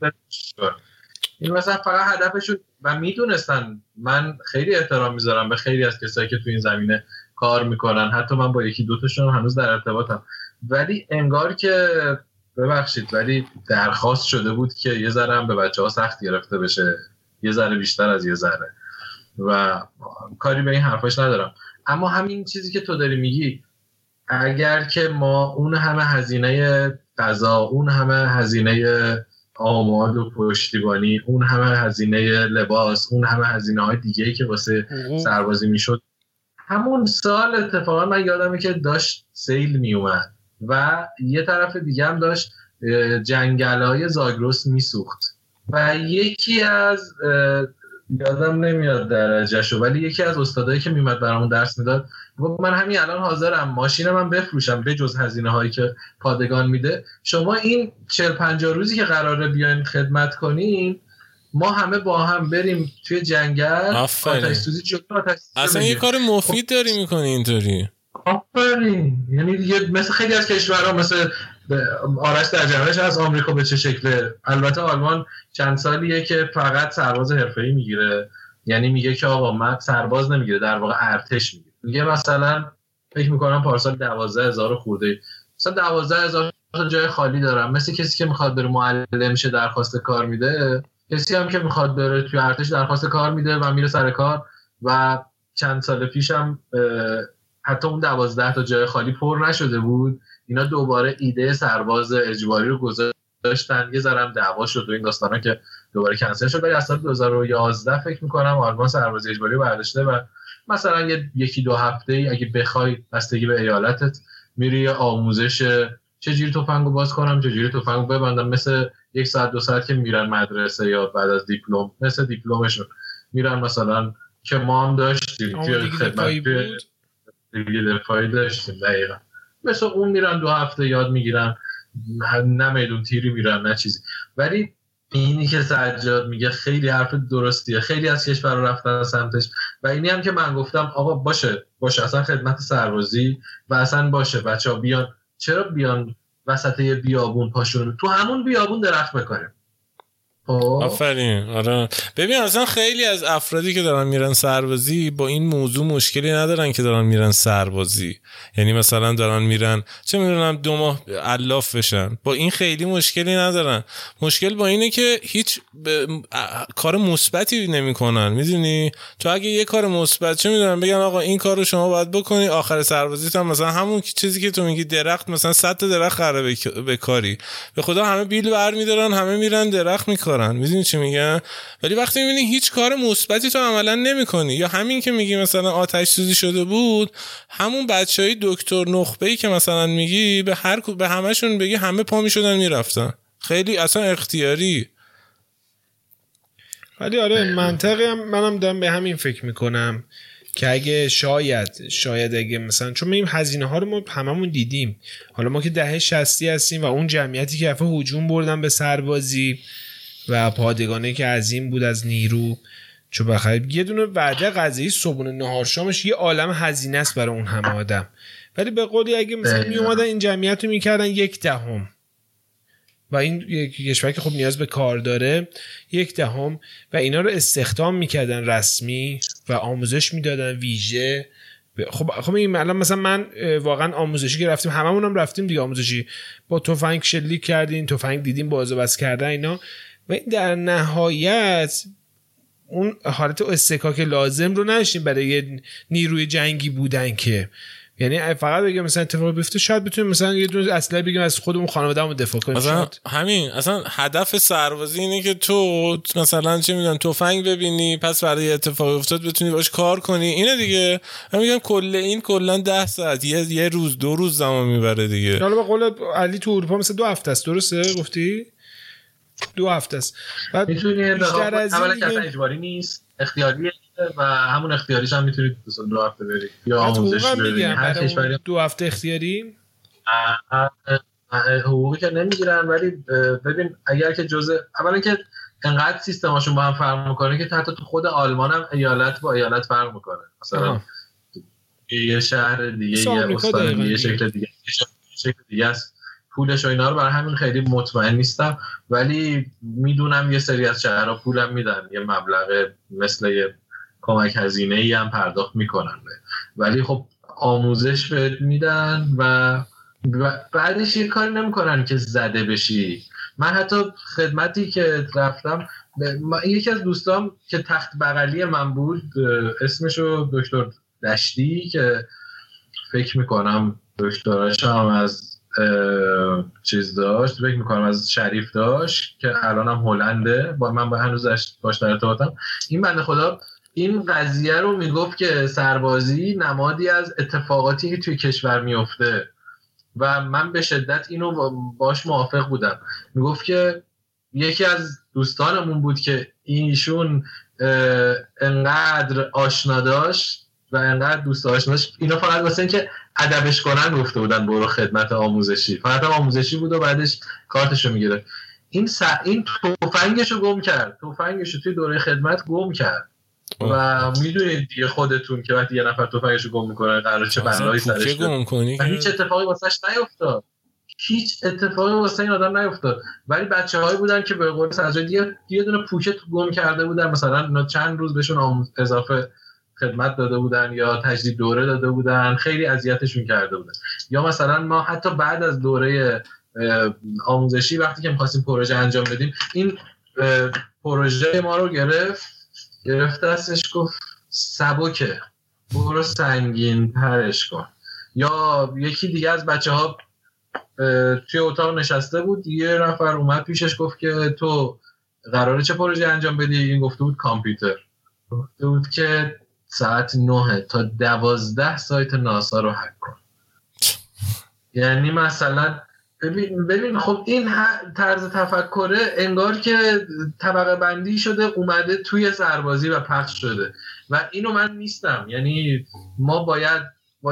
این مثلا فقط هدفشون و میدونستن. من خیلی احترام میذارم به خیلی از کسایی که تو این زمینه کار میکنن، حتی من با یکی دوتاشون هنوز در ارتباطم، ولی انگار که ببخشید ولی درخواست شده بود که یه ذره هم به بچه‌ها سخت گرفته بشه، یه ذره بیشتر از یه ذره، و کاری به این حرفاش ندارم. اما همین چیزی که تو داری میگی، اگر که ما اون همه هزینه غذا، اون همه هزینه آماد و پشتیبانی، اون همه هزینه لباس، اون همه هزینه‌های دیگه‌ای که واسه سربازی میشد، همون سال اتفاقا من یادمه که داشت سیل میومد و یه طرف دیگه هم داشت جنگل‌های زاگرس میسوخت و یکی از یادم نمیاد درجهشو، ولی یکی از استادایی که میمد برامون درس میداد گفت من همین الان حاضرم ماشینم من بفروشم به جز هزینه هایی که پادگان میده، شما این 40-50 روزی که قراره بیاین خدمت کنین ما همه با هم بریم توی جنگل آتش سوزی جلو آتش سوزی. اصلا یه کار مفید داری میکنی اینطوری. آفرین. یعنی دیگه مثل خیلی از کشورها، مثل آرش در جمعش از آمریکا به چه شکله. البته آلمان چند سالیه که فقط سرباز حرفه‌ای میگیره، یعنی میگه که آقا من سرباز نمیگیره، در واقع ارتش میگیره. میگه مثلا فکر میکنم پارسال 12,000 خورده، مثلا 12,000 جای خالی دارم، مثل کسی که میخواد بره معلم شه درخواست کار میده، کسی هم که میخواد بره توی ارتش درخواست کار میده و میره سر کار. و چند سال پیشم حتی اون 12 تا جای خالی پر نشده بود، اینا دوباره ایده سرباز اجباری رو گذاشتن، یه ذره دعوا شد و این داستانا که دوباره کنسل شد. ولی از سال 2011 فکر میکنم آلمان سرباز اجباری رو برداشته و مثلا یکی دو هفته اگه بخوای بستگی به ایالتت میری آموزش چجوری تفنگو باز کنم، چجوری تفنگو ببندم، مثل 1 ساعت 2 ساعت که میرن مدرسه یا بعد از دیپلم، مثل دیپلمشون میرن مثلا که ما هم داشتیم توی خدمت دیگه دفاعی داشتیم. دقیقا مثل اون میرن 2 هفته یاد میگیرن، نه میدون تیری میرن نه چیزی. ولی اینی که سجاد میگه خیلی حرف درستیه، خیلی از کشور رفتن سمتش و اینی هم که من گفتم آقا باشه اصلا خدمت سربازی و اصلا باشه بچه‌ها بیان، چرا بیان وسط یه بیابون پاشون تو همون بیابون درخت بکنیم. آفرین. آره ببین اصلا خیلی از افرادی که دارن میرن سربازی با این موضوع مشکلی ندارن که دارن میرن سربازی، یعنی مثلا دارن میرن چه میدونم 2 ماه علاف بشن، با این خیلی مشکلی ندارن. مشکل با اینه که هیچ کار مثبتی نمیکنن. میدونی تو اگه یه کار مثبت چه میدونم بگن آقا این کارو شما باید بکنی، آخر سربازیت هم مثلا همون چیزی که تو میگی درخت، مثلا 100 تا درخت قراره بکاری، به خدا همه بیل برمی‌دارن همه میرن درخت میکارن. میدونی چی میگم؟ ولی وقتی میبینی هیچ کار مثبتی تو عملا نمیکنی، یا همین که میگی مثلا آتش سوزی شده بود، همون بچهای دکتر نخبه‌ای که مثلا میگی به همشون بگی همه پا میشدن میرفتن، خیلی اصلا اختیاری. ولی آره منطقی هم منم دارم به همین فکر میکنم که اگه شاید اگه مثلا چون این هزینه ها رو ما هممون دیدیم، حالا ما که دهه 60 هستیم و اون جمعیتی که دفعه هجوم بردن به سربازی و پادگانی که عظیم بود از نیرو، چون بخیر یه دونه وعده غذایی صبحونه نهار شامش یه عالم هزینه است برای اون همه آدم. ولی به قولی اگه مثلا می اومدن این جمعیت رو میکردن 1/10 و این کشور که خب نیاز به کار داره 1/10 و اینا رو استخدام میکردن رسمی و آموزش میدادن ویژه. خب این الان مثلا من واقعا آموزشی که رفتیم، هممون هم رفتیم دیگه آموزشی، با تفنگ شلیک کردین، تفنگ دیدیم، بازو بس کردن اینا، و این در نهایت اون حالت استکاک لازم رو نداشتیم برای نیروی جنگی بودن که یعنی فقط بگم مثلا اتفاق بیفته شاید بتونیم مثلا یه دونه اسلحه بگیم از خودمون خانواده‌مون دفاع کنیم. مثلا همین اصلا هدف سربازی اینه که تو مثلا چه میدونم تفنگ ببینی پس برای اتفاق افتاد بتونی باش کار کنی. اینه دیگه. من میگم کلا 10 ساعت یه روز 2 روز زمان میبره دیگه. حالا به قول علی تو اروپا مثلا 2 هفته است، درسته گفتی؟ 2 هفته است. بعد میتونی اولا که اجباری نیست، اختیاریه. و همون اختیاریش هم میتونید 2 هفته برید یا آموزش برید. هر کشوری 2 هفته اختیاری حقوقی که نمیگیرن، ولی ببین اگر که اولا که انقدر سیستماشون با هم فرق میکنه که حتی تو خود آلمان هم ایالت با ایالت فرق میکنه. مثلا یه شهر دیگه یه استان دیگه شکل دیگه است. پولش و اینا رو برای همین خیلی مطمئن نیستم، ولی میدونم یه سری از شهرها پولم میدن، یه مبلغ مثل یه کمک هزینه‌ای هم پرداخت میکنن، ولی خب آموزش بهت میدن و بعدش یه کاری نمیکنن که زده بشی. من حتی خدمتی که رفتم، یکی از دوستام که تخت بغلی من بود، اسمشو دکتر دشتی که فکر میکنم دکتراش هم از چیز داشت، فکر میکنم از شریف داشت که الان هم هلنده، من با هنوز باش در ارتباطم. این بنده خدا این قضیه رو میگفت که سربازی نمادی از اتفاقاتی که توی کشور میفته و من به شدت اینو باش موافق بودم. میگفت که یکی از دوستانمون بود که ایشون انقدر آشنا داشت و انقدر دوست آشنا داشت، اینا فقط واسه این که ادبش کنن گفته بودن برو خدمت آموزشی، فقط هم آموزشی بود و بعدش کارتشو میگیره. این تفنگشو گم کرد، تفنگشو توی دوره خدمت گم کرد و میدونید دیگه خودتون که وقتی یه نفر تفنگشو گم میکنه قراره چه بلایی سرش بیاد. هیچ اتفاقی واسش نیفتاد، هیچ اتفاقی واسه این آدم نیفتاد، ولی بچه‌هایی بودن که به قول سجاد یه دونه پوکت گم کرده بودن، مثلا چند روز بهشون اضافه خدمت داده بودن یا تجدید دوره داده بودن، خیلی اذیتشون کرده بودن. یا مثلا ما حتی بعد از دوره آموزشی وقتی که می‌خواستیم پروژه انجام بدیم، این پروژه ما رو گرفت دستش گفت سبکه، برو سنگین ترش کن. یا یکی دیگه از بچه‌ها توی اتاق نشسته بود، یه نفر اومد پیشش گفت که تو قراره چه پروژه انجام بدی؟ این گفته بود کامپیوتر. گفته بود که ساعت 9 تا 12 سایت ناسا رو هک کن. یعنی مثلا ببین خب این طرز تفکره انگار که طبقه بندی شده اومده توی سربازی و پخش شده و اینو من نیستم. یعنی ما باید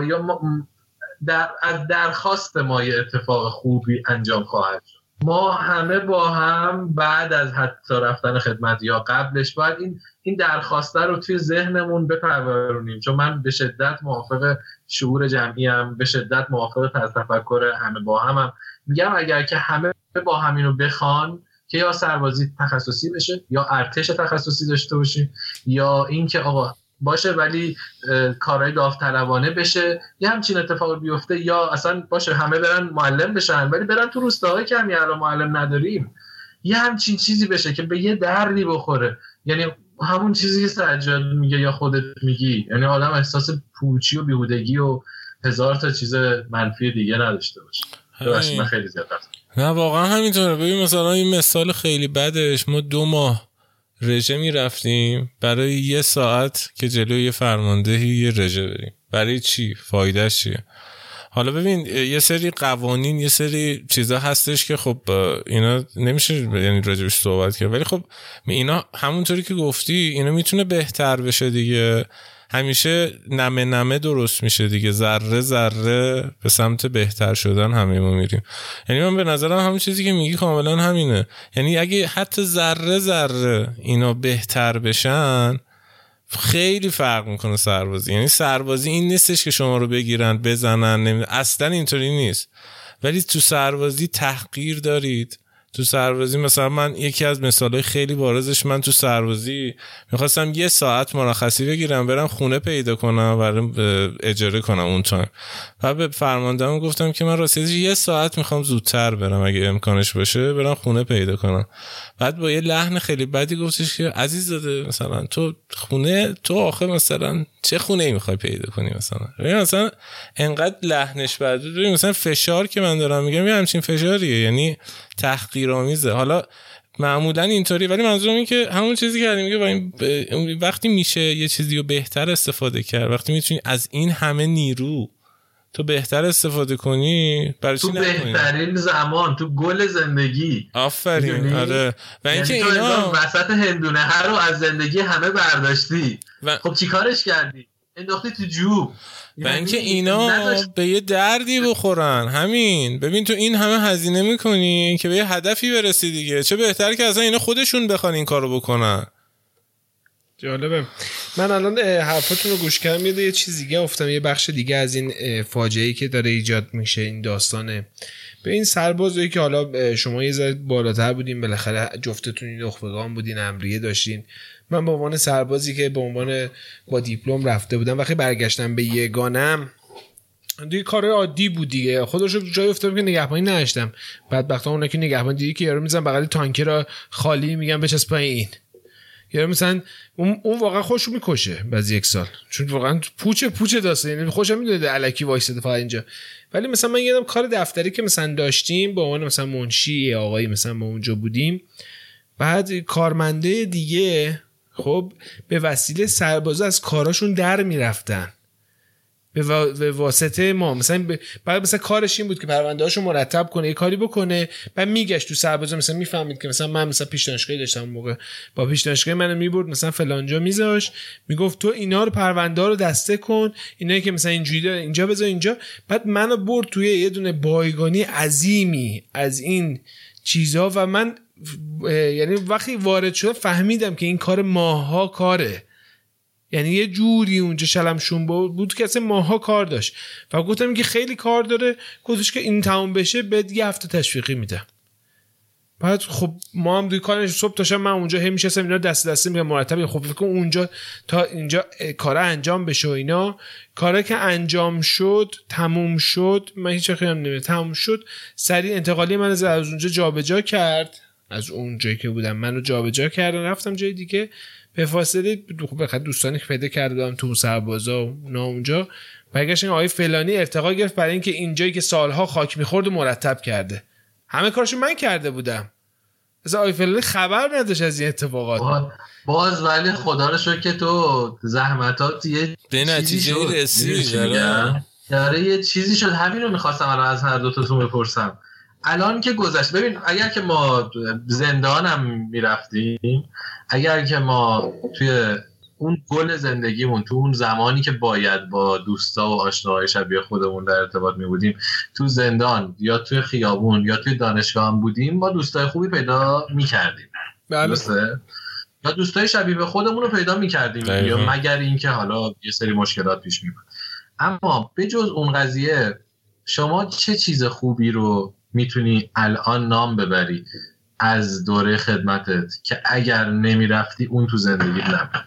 از درخواست ما یه اتفاق خوبی انجام خواهد شد. ما همه با هم بعد از حتی رفتن خدمت یا قبلش باید این درخواسته رو توی ذهنمون بپرورونیم، چون من به شدت موافق شعور جمعیم، به شدت موافق طرز تفکر همه با همم. میگم اگر که همه با همینو بخوان که یا سربازی تخصصی بشه یا ارتش تخصصی داشته باشیم یا اینکه آقا باشه ولی کارهای داوطلبانه بشه، یه همچین اتفاقی بیفته، یا اصلا باشه همه برن معلم بشن ولی برن تو روستاهای که همین الان معلم نداریم، یه همچین چیزی بشه که به یه دردی بخوره. یعنی همون چیزی که سجاد میگه یا خودت میگی، یعنی آدم احساس پوچی و بیهودگی و هزار تا چیز منفی دیگه نداشته باشه. من خیلی زیاد نه واقعا همینطوره. ببین مثلا این مثال خیلی بدش، ما 2 ماه رژه می رفتیم برای 1 ساعت که جلوی یه فرماندهی یه رژه بریم. برای چی؟ فایدهش چیه؟ حالا ببین یه سری قوانین، یه سری چیزا هستش که خب اینا نمیشه یعنی راجبش صحبت کرد، ولی خب اینا همونطوری که گفتی اینا میتونه بهتر بشه دیگه. همیشه نمه درست میشه دیگه، ذره ذره به سمت بهتر شدن همه ما میریم. یعنی من به نظرم همون چیزی که میگی کاملا همینه. یعنی اگه حتی ذره ذره اینا بهتر بشن خیلی فرق میکنه سربازی. یعنی سربازی این نیستش که شما رو بگیرن بزنن، اصلا اینطوری نیست. ولی تو سربازی تحقیر دارید. تو سربازی مثلا من یکی از مثالای خیلی بارزش، من تو سربازی میخواستم 1 ساعت مرخصی بگیرم برم خونه پیدا کنم برام اجاره کنم اون تایم، و به فرمانده‌ام گفتم که من راستش 1 ساعت میخوام زودتر برم اگه امکانش باشه برم خونه پیدا کنم. بعد با یه لحن خیلی بدی گفتش که عزیزاده مثلا تو آخه مثلا چه خونه‌ای میخوای پیدا کنی؟ مثلا انقدر لحنش بده. مثلا فشار که من دارم میگم یه همچین فشاریه، یعنی تحقیرآمیزه. حالا معمولا اینطوری، ولی منظورم این که همون چیزی که میگه وقتی میشه یه چیزی رو بهتر استفاده کرد، وقتی میتونی از این همه نیرو تو بهتر استفاده کنی برای چی نکنی؟ تو بهترین زمان، تو گل زندگی. آفرین. آره. و اینکه یعنی اینا وسط هندونه ها رو از زندگی همه برداشتی خب چی کارش کردی؟ انداختی تو جوب. و اینکه اینا به یه دردی بخورن. همین ببین تو این همه هزینه میکنی که به یه هدفی برسی دیگه، چه بهتر که اصلا اینا خودشون بخوان این کارو بکنن. جالبه. من الان حرفاتون رو گوش کردم یه چیز دیگه افتادم، یه بخش دیگه از این فاجعه‌ای که داره ایجاد میشه این داستانه. به این سربازایی که حالا شما یه ذره بالاتر بودین، بالاخره جفتتون این نخبگان بودین، امریه داشتین. من به عنوان سربازی که به عنوان با دیپلم رفته بودم، وقتی برگشتم به یگانم دیگه کار عادی بود دیگه، خودش رو جای افتادم که نگهبانی نداشتم. بدبختانه اونا که نگهبان دیدی که یارو میزنن بغل تانک را خالی، میگن بچسب پایین. یارو مثلا اون واقعا خوشو میکشه بعد یک سال، چون واقعا پوچه داسته، یعنی خوشم میاد الکی وایساده فقط اینجا. ولی مثلا من یادم کار دفتری که مثلا داشتیم با عنوان مثلا منشی آقایی مثلا ما اونجا بودیم، بعد کارمنده دیگه خب به وسیله سربازا از کاراشون در میرفتن به واسطه ما. مثلا بعد مثلا کارش این بود که پرونده‌هاشو مرتب کنه، یه کاری بکنه، بعد میگشت تو سربازا مثلا میفهمید که مثلا من مثلا پیش دانشگاهی داشتم اون موقع، با پیش دانشگاهی منو میبرد مثلا فلانجا میذاش، میگفت تو اینا رو پرونده ها رو دسته کن، اینایی که مثلا اینجوری داره اینجا بذار اینجا. بعد منو برد توی یه دونه بایگانی عظیمی از این چیزا و من یعنی وقتی وارد شدم فهمیدم که این کار ماها کاره، یعنی یه جوری اونجا شلمشون بود که اصلا ماها کار داشت. و گفتم که خیلی کار داره، گفتش که این تموم بشه بهت یه هفته تشویقی میدم. بعد خب ما هم دوی کارش صبح تا شب من اونجا هم میشستم اینا دست میگم مرتب. خب فکر کن اونجا تا اینجا کارا انجام بشه و اینا، کارا که انجام شد تموم شد، من هیچ خیلی نمیدونم تموم شد، سریع انتقالی من از اونجا جابجا کرد، از اون جایی که بودم منو جابجا کردن رفتم جای دیگه. به فاصله بخاطر دوستانی که پیدا کردم تو سربازا و اونا اونجا برگشتن آقای فلانی ارتقا گرفت برای اینکه اینجایی که سالها خاک می‌خورد و مرتب کرده. همه کارشو من کرده بودم، مثلا آقای فلانی خبر نداشت از این اتفاقات. باز ولی خدا رو شکر که تو زحمتات یه به نتیجه رسید. داره یه چیزی شد. همین رو می‌خواستم الان از هر دو تاتون بپرسم. الان که گذشت، ببین اگر که ما زندانم میرفتیم، اگر که ما توی اون گل زندگیمون تو اون زمانی که باید با دوستا و آشناهای شبیه خودمون در ارتباط می بودیم تو زندان یا توی خیابون یا توی دانشگاه هم بودیم، ما دوستای خوبی پیدا می کردیم. درسته؟ یا دوستای شبیه به خودمون رو پیدا می کردیم یا مگر اینکه حالا یه سری مشکلات پیش می بود. اما به جز اون قضیه شما چه چیز خوبی رو میتونی الان نام ببری از دوره خدمتت که اگر نمیرفتی اون تو زندگی نبود؟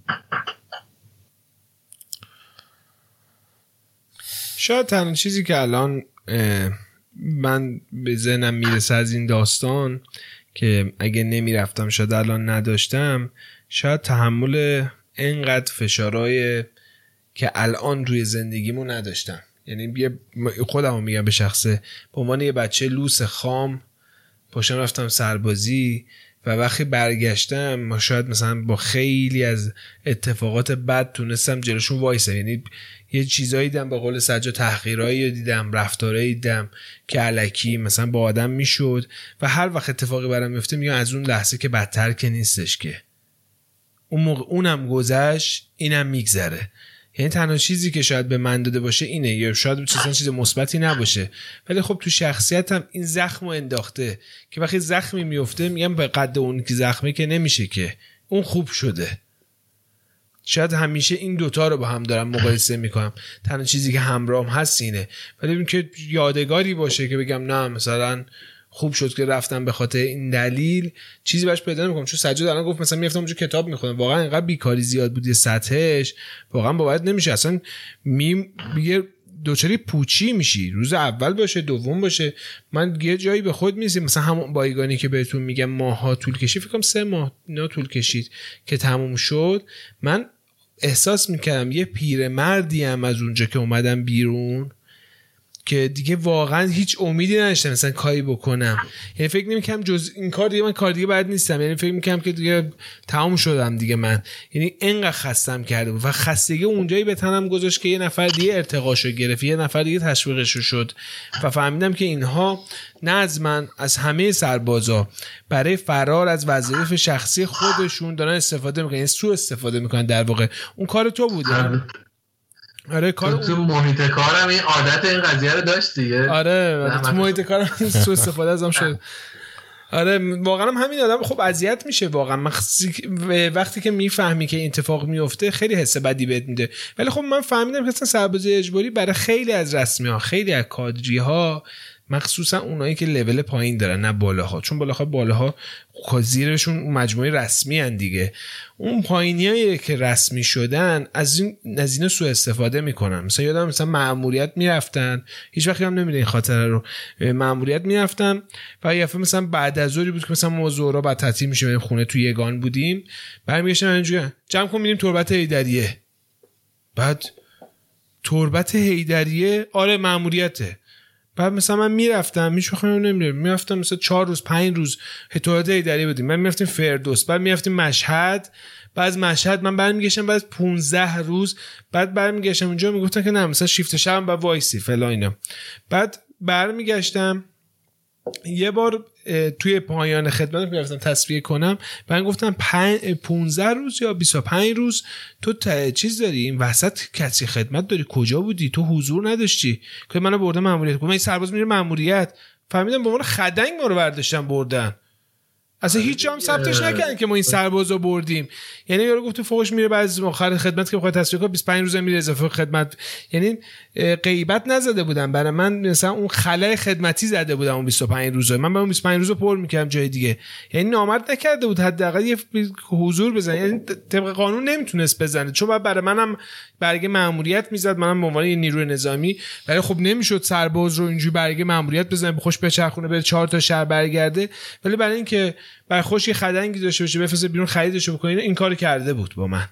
شاید تنها چیزی که الان من به ذهنم میرسه از این داستان که اگه نمیرفتم شاید الان نداشتم، شاید تحمل اینقدر فشارهای که الان روی زندگیمو نداشتم. یعنی خودمو میگم به شخصه، به عنوان یه بچه لوس خام پاشم رفتم سربازی و وقتی برگشتم ما شاید مثلا با خیلی از اتفاقات بد تونستم جلوشون وایسم. یعنی یه چیزایی دیدم به قول سجاد، تحقیرایی دیدم، رفتارایی دیدم که الکی مثلا با آدم میشد و هر وقت اتفاقی برام میفته میگم از اون لحظه که بدتر که نیستش، که اون موقع اونم گذشت اینم میگذره. یعنی تنها چیزی که شاید به من داده باشه اینه، یا شاید چیز مثبتی نباشه، ولی خب تو شخصیتم این زخمو انداخته که وقتی زخمی میفته میگم به قد اون که زخمی که نمیشه، که اون خوب شده. شاید همیشه این دوتا رو با هم دارم مقایسه میکنم، تنها چیزی که همراهم هست اینه. ولی این که یادگاری باشه که بگم نه مثلا خوب شد که رفتم به خاطر این دلیل، چیزی باش پیدا نمیکنم. چون سجاد الان گفت مثلا میافتم اونجا کتاب میخونم، واقعا اینقدر بیکاری زیاد بود سطحش واقعا باور نمیشه. اصلا یه دوچاری پوچی میشی، روز اول باشه دوم باشه. من یه جایی به خود میرسیم، مثلا همون بایگانی که بهتون میگم ماها طول کشید، فکر کنم 3 ماه نه طول کشید که تموم شد. من احساس میکردم یه پیرمردی ام از اونجا که اومدم بیرون که دیگه واقعا هیچ امیدی نداشتم مثلا کاری بکنم. یعنی فکر نمی‌کردم جز این کار دیگه من کار دیگه بعد نیستم. یعنی فکر می‌کردم که دیگه تمام شدم دیگه من. یعنی انقدر خستم کرده بود و خستگی اونجایی به تنم گذاشت که یه نفر دیگه ارتقاشو گرفت، یه نفر دیگه تشویقش شد و فهمیدم که اینها نه از من، از همه سربازا برای فرار از وظایف شخصی خودشون دارن استفاده میکنن، یعنی سوء استفاده میکنن. در واقع اون کار تو بوده. آره کار تو محیط کارم این عادت این قضیه رو داشت دیگه. آره تو محیط کارم سوء استفاده ازم شد. آره واقعا همین آدم خب اذیت میشه واقعا وقتی که میفهمی که این اتفاق میفته، خیلی حس بدی بهت میده. ولی خب من فهمیدم که اصلا سربازی اجباری برای خیلی از رسمی ها، خیلی از کادری ها، مخصوصا اونایی که لول پایین دارن نه بالاها، چون بالاها زیرشون مجموعه رسمی ان دیگه، اون پایینیایی که رسمی شدن از این سوء استفاده میکنن. مثلا یادم مثلا مأموریت میرفتن، هیچ وقتی هم نمیره این خاطره رو، مأموریت میرفتن و یه دفعه مثلا بعد از ظهری بود که مثلا ما ظهرا بعد تعطیل میشه بریم خونه، تو یگان بودیم، برمیگشتم اینجوری جمع کن میریم تربت حیدریه. بعد تربت حیدریه آره مأموریته. بعد مثلا من میرفتم میرفتم مثلا 4 روز 5 روز تربت حیدریه بودیم، من میرفتیم فردوس، بعد میرفتیم مشهد، بعد از مشهد من برمیگشتم بعد 15 روز بعد برمیگشتم اونجا میگفتن که نه مثلا شیفت شب با وایسی فلان اینا. بعد برمیگشتم یه بار توی پایان خدمت میرفتم تصفیه کنم، من گفتم 15 روز یا 25 روز تو چیز داری، این وسط کسی خدمت داری، کجا بودی؟ تو حضور نداشتی که منو بردم مأموریت. گفتم این سرباز میره مأموریت، فهمیدم به عنوان خدنگ ما رو برداشتن بردن، اصلا هیچ جام ثبتش نکردن که ما این سربازو بردیم. یعنی یارو گفت فوقش میره بعد از آخر خدمت که بخواد تصفیه کنه 25 روز میره اضافه خدمت. یعنی غیبت نزده بودن برای من، مثلا اون خلای خدمتی زده بودم اون 25 روزه، من با اون 25 روزو پر میکردم جای دیگه. یعنی نامرد نکرده بود حداقل یه حضور بزنه، یعنی طبق قانون نمیتونست بزنه، چون بعد برای منم برگه مأموریت میزد، منم به عنوان نیروی نظامی، ولی خب نمیشد سرباز رو اینجوری برگه مأموریت بزنه بخوش بچرخونه بره 4 تا شهر برگرده. ولی برای اینکه برای خوش یه خدنگی داشته باشه بفرسته بیرون خریدشو بکنه، این کارو کرده بود با من.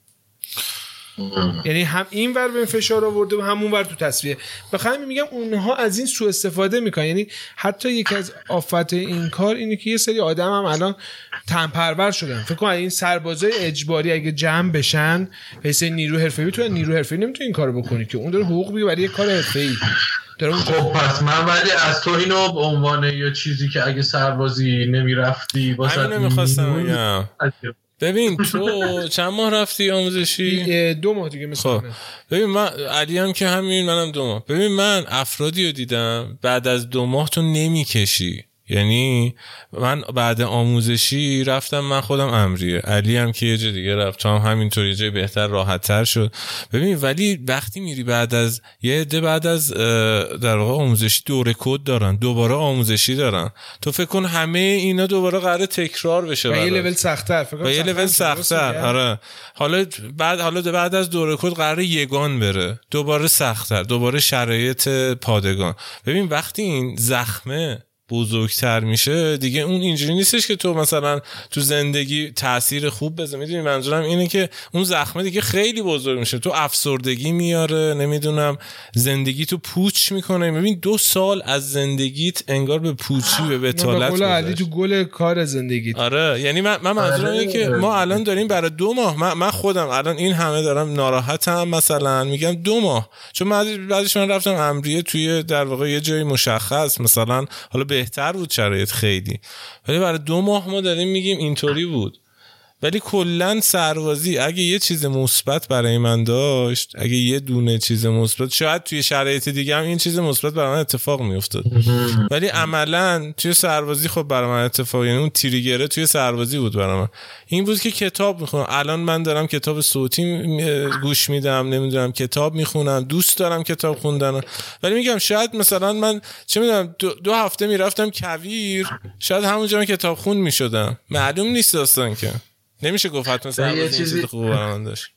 یعنی هم این ور به فشار آورده و همون ور تو تصفیه. بخاطر میگم اونها از این سوء استفاده میکنن. یعنی حتی یکی از آفات این کار اینه که یه سری آدم هم الان تنپرور شدن. فکر کنم این سربازای اجباری اگه جمع بشن به حساب نیرو حرفه‌ای، تو نیرو حرفه‌ای نمیتونی این کارو بکنی که اون داره حقوق میگیره برای یه کار حرفه‌ای. خب پس من ولی از تو اینو به عنوان یه چیزی که اگه سربازی نمیرفتی واسه نمیخواستم بگم. ببین تو چند ماه رفتی آموزشی؟ 2 ماه دیگه مثلا. ببین من علی هم که همین، منم 2 ماه. ببین من افرادی رو دیدم بعد از 2 ماه تو نمیکشی. یعنی من بعد آموزشی رفتم، من خودم امریه، علی هم که یه جای دیگه رفت، تو هم همینطور یه جای بهتر راحت تر شد. ببین ولی وقتی میری بعد از یه عده بعد از در واقع آموزشی دوره کد دارن، دوباره آموزشی دارن، تو فکر کن همه اینا دوباره قراره تکرار بشه و یه لول سخت‌تر، فکر کنم یه لول سخت‌تر. آره حالا بعد از دوره کد قراره یگان بره، دوباره سخت‌تر، دوباره شرایط پادگان. ببین وقتی این زخمه بزرگتر میشه دیگه اون اینجوری نیستش که تو مثلا تو زندگی تأثیر خوب بذاره. میدونی منظورم اینه که اون زخمه دیگه خیلی بزرگ میشه، تو افسردگی میاره، نمیدونم زندگی تو پوچ میکنه. ببین 2 سال از زندگیت انگار به پوچی به بتالت گذشت. علی تو گل کار زندگیت. آره یعنی من منظورم اینه که ما الان داریم برای 2 ماه، من خودم الان این همه دارم ناراحتم، مثلا میگم 2 ماه، چون بعدش من رفتم امریه توی در واقع یه جای مشخص، مثلا حالا بهتر بود شرایط خیلی، ولی برای 2 ماه ما داریم میگیم اینطوری بود. ولی کلن سربازی اگه یه چیز مثبت برای من داشت، اگه یه دونه چیز مثبت، شاید توی شرایط دیگه هم این چیز مثبت برای من اتفاق میافتاد، ولی عملاً توی سربازی خب برای من اتفاق، یعنی اون تریگره توی سربازی بود برای من این بود که کتاب میخونم. الان من دارم کتاب صوتی گوش میدم، نمیدونم کتاب میخونم، دوست دارم کتاب خوندن، ولی میگم شاید مثلا من چه میدونم 2 هفته میرفتم کویر، شاید همونجا من کتاب خون میشدم، معلوم نیست داستان که نمیشه گفت حتما سربازی این چیز خوبه برای من داشت.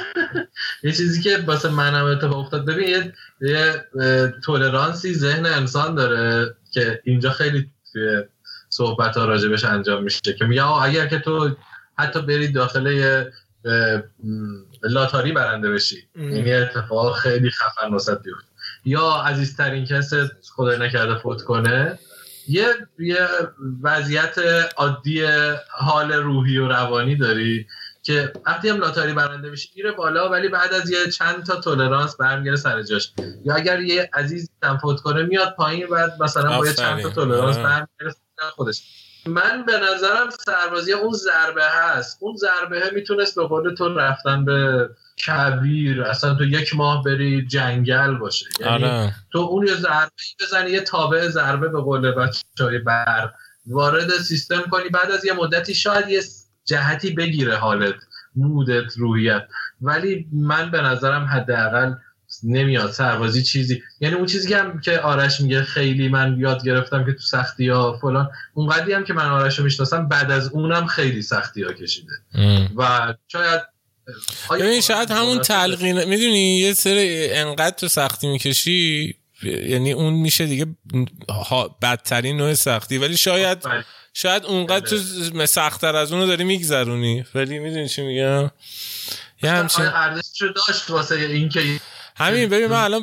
یه چیزی که واسه منم اتفاق افتاد، ببین یه تولرانسی ذهن انسان داره که اینجا خیلی توی صحبت‌ها راجبش انجام میشه که میگه اگر که تو حتی بری داخل یه لاتاری برنده بشی، این اتفاق خیلی خفن واسط بیفته. یا عزیزترین کس خدای نکرده فوت کنه، یه وضعیت عادی حال روحی و روانی داری که وقتی هم لاتاری برنده میشه میره بالا، ولی بعد از یه چند تا تولرانس برمیگره سر جاش. یا اگر یه عزیز هم فوت کنه میاد پایین، بعد مثلا با یه چند تا تولرانس برمیگره سر خودش. من به نظرم سربازی اون ضربه هست، اون ضربه میتونست به قول تو رفتن به کبیر، اصلا تو 1 ماه بری جنگل باشه، یعنی تو اون یه ضربه بزنی، یه تابع ضربه به قول بچهای بر وارد سیستم کنی، بعد از یه مدتی شاید یه جهتی بگیره حالت، مودت، روحیت. ولی من به نظرم حداقل نمیاد سربازی چیزی، یعنی اون چیزی هم که آرش میگه خیلی من یاد گرفتم که تو سختی ها فلان، اونقدری هم که من آرش رو میشناسم بعد از اونم خیلی سختی ها کشیده و شاید شاید همون تلقین، میدونی یه سری انقدر تو سختی میکشی، یعنی اون میشه دیگه بدترین نوع سختی، ولی شاید اونقدر تو سخت‌تر از اونو داری میگذرونی. ولی میدونی چی میگم، یه همچین ارزششو داشت واسه این که همین. ببین من الان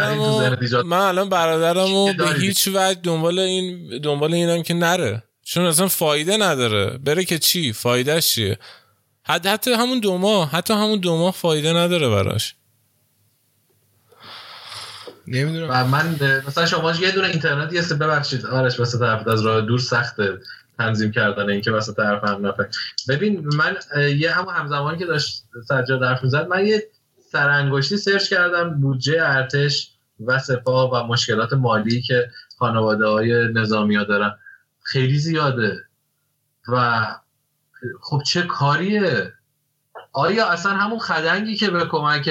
برادرمو به هیچ وجه دنبال اینم که نره، چون اصلا فایده نداره. بره که چی فایدهش چیه؟ حتی همون 2 ماه فایده نداره براش. نمیدونم. و من مثلا شما یه دونه اینترنت یه ببخشید آرش واسه طرف از راه دور سخته تنظیم کردن این که واسه طرف هم نفر. ببین من یه همزمانی که داشت سجاد حرف می‌زد، من یه سرانگشتی سرچ کردم بودجه ارتش و سپاه و مشکلات مالی که خانواده‌های نظامی‌ها دارن، خیلی زیاده و خب چه کاریه؟ آیا اصلا همون خدنگی که به کمک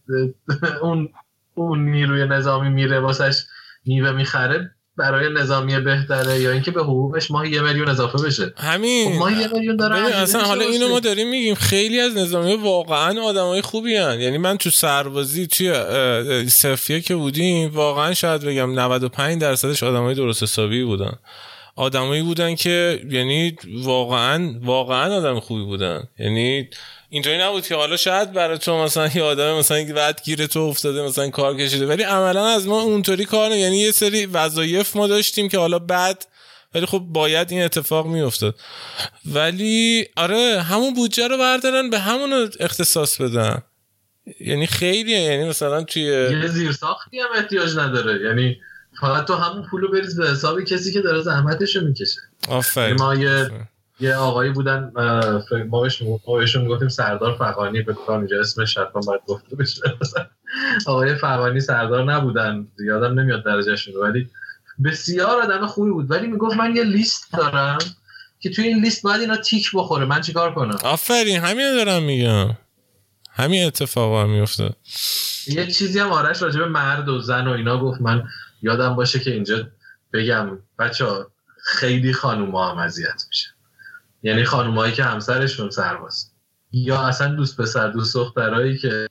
اون نیروی نظامی میره واسش میوه میخره برای نظامی بهتره، یا اینکه به حقوقش ماهی 1 میلیون اضافه بشه؟ همین. خب ماهی 1 میلیون داره. اصلا حالا اینو ما داریم میگیم، خیلی از نظامی واقعا آدمای خوبی هن. یعنی من تو سربازی توی صفیه که بودیم واقعا شاید بگم 95% آدمای درست حسابی بودن، آدمایی بودن که یعنی واقعا آدم خوبی بودن. یعنی اینطوری نبود که حالا شاید برای تو مثلا یه آدم مثلا که بعد گیر تو افتاده مثلا کار کشیده، ولی عملا از ما اونطوری کار یعنی یه سری وظایف ما داشتیم که حالا بعد ولی خب باید این اتفاق میافتاد. ولی آره همون بودجه رو بردارن به همون اختصاص بدن، یعنی خیلیه. یعنی مثلا توی یه زیرساختی هم احتیاج نداره، یعنی فقط تو همون پولو بریز به حساب کسی که داره زحمتشو میکشه. آفرین. ما یه آقایی بودن، ما بهشون میگفتیم سردار فغانی، به کار اینجا اسمش حتما باید گفته بشه. آقای فغانی سردار نبودن، یادم نمیاد درجهشون، ولی بسیار آدم خوبی بود. ولی میگفت من یه لیست دارم که توی این لیست باید اینا تیک بخوره، من چیکار کنم؟ آفرین، همین دارم میگم، همین اتفاقا میفته. یه چیزی هم آرش راجع به مرد و زن و اینا گفت، من یادم باشه که اینجا بگم بچه‌ها خیلی خانوما هم اذیت میشه، یعنی خانومایی که همسرشون سرباز، یا اصلا دوست پسر دوست دخترایی که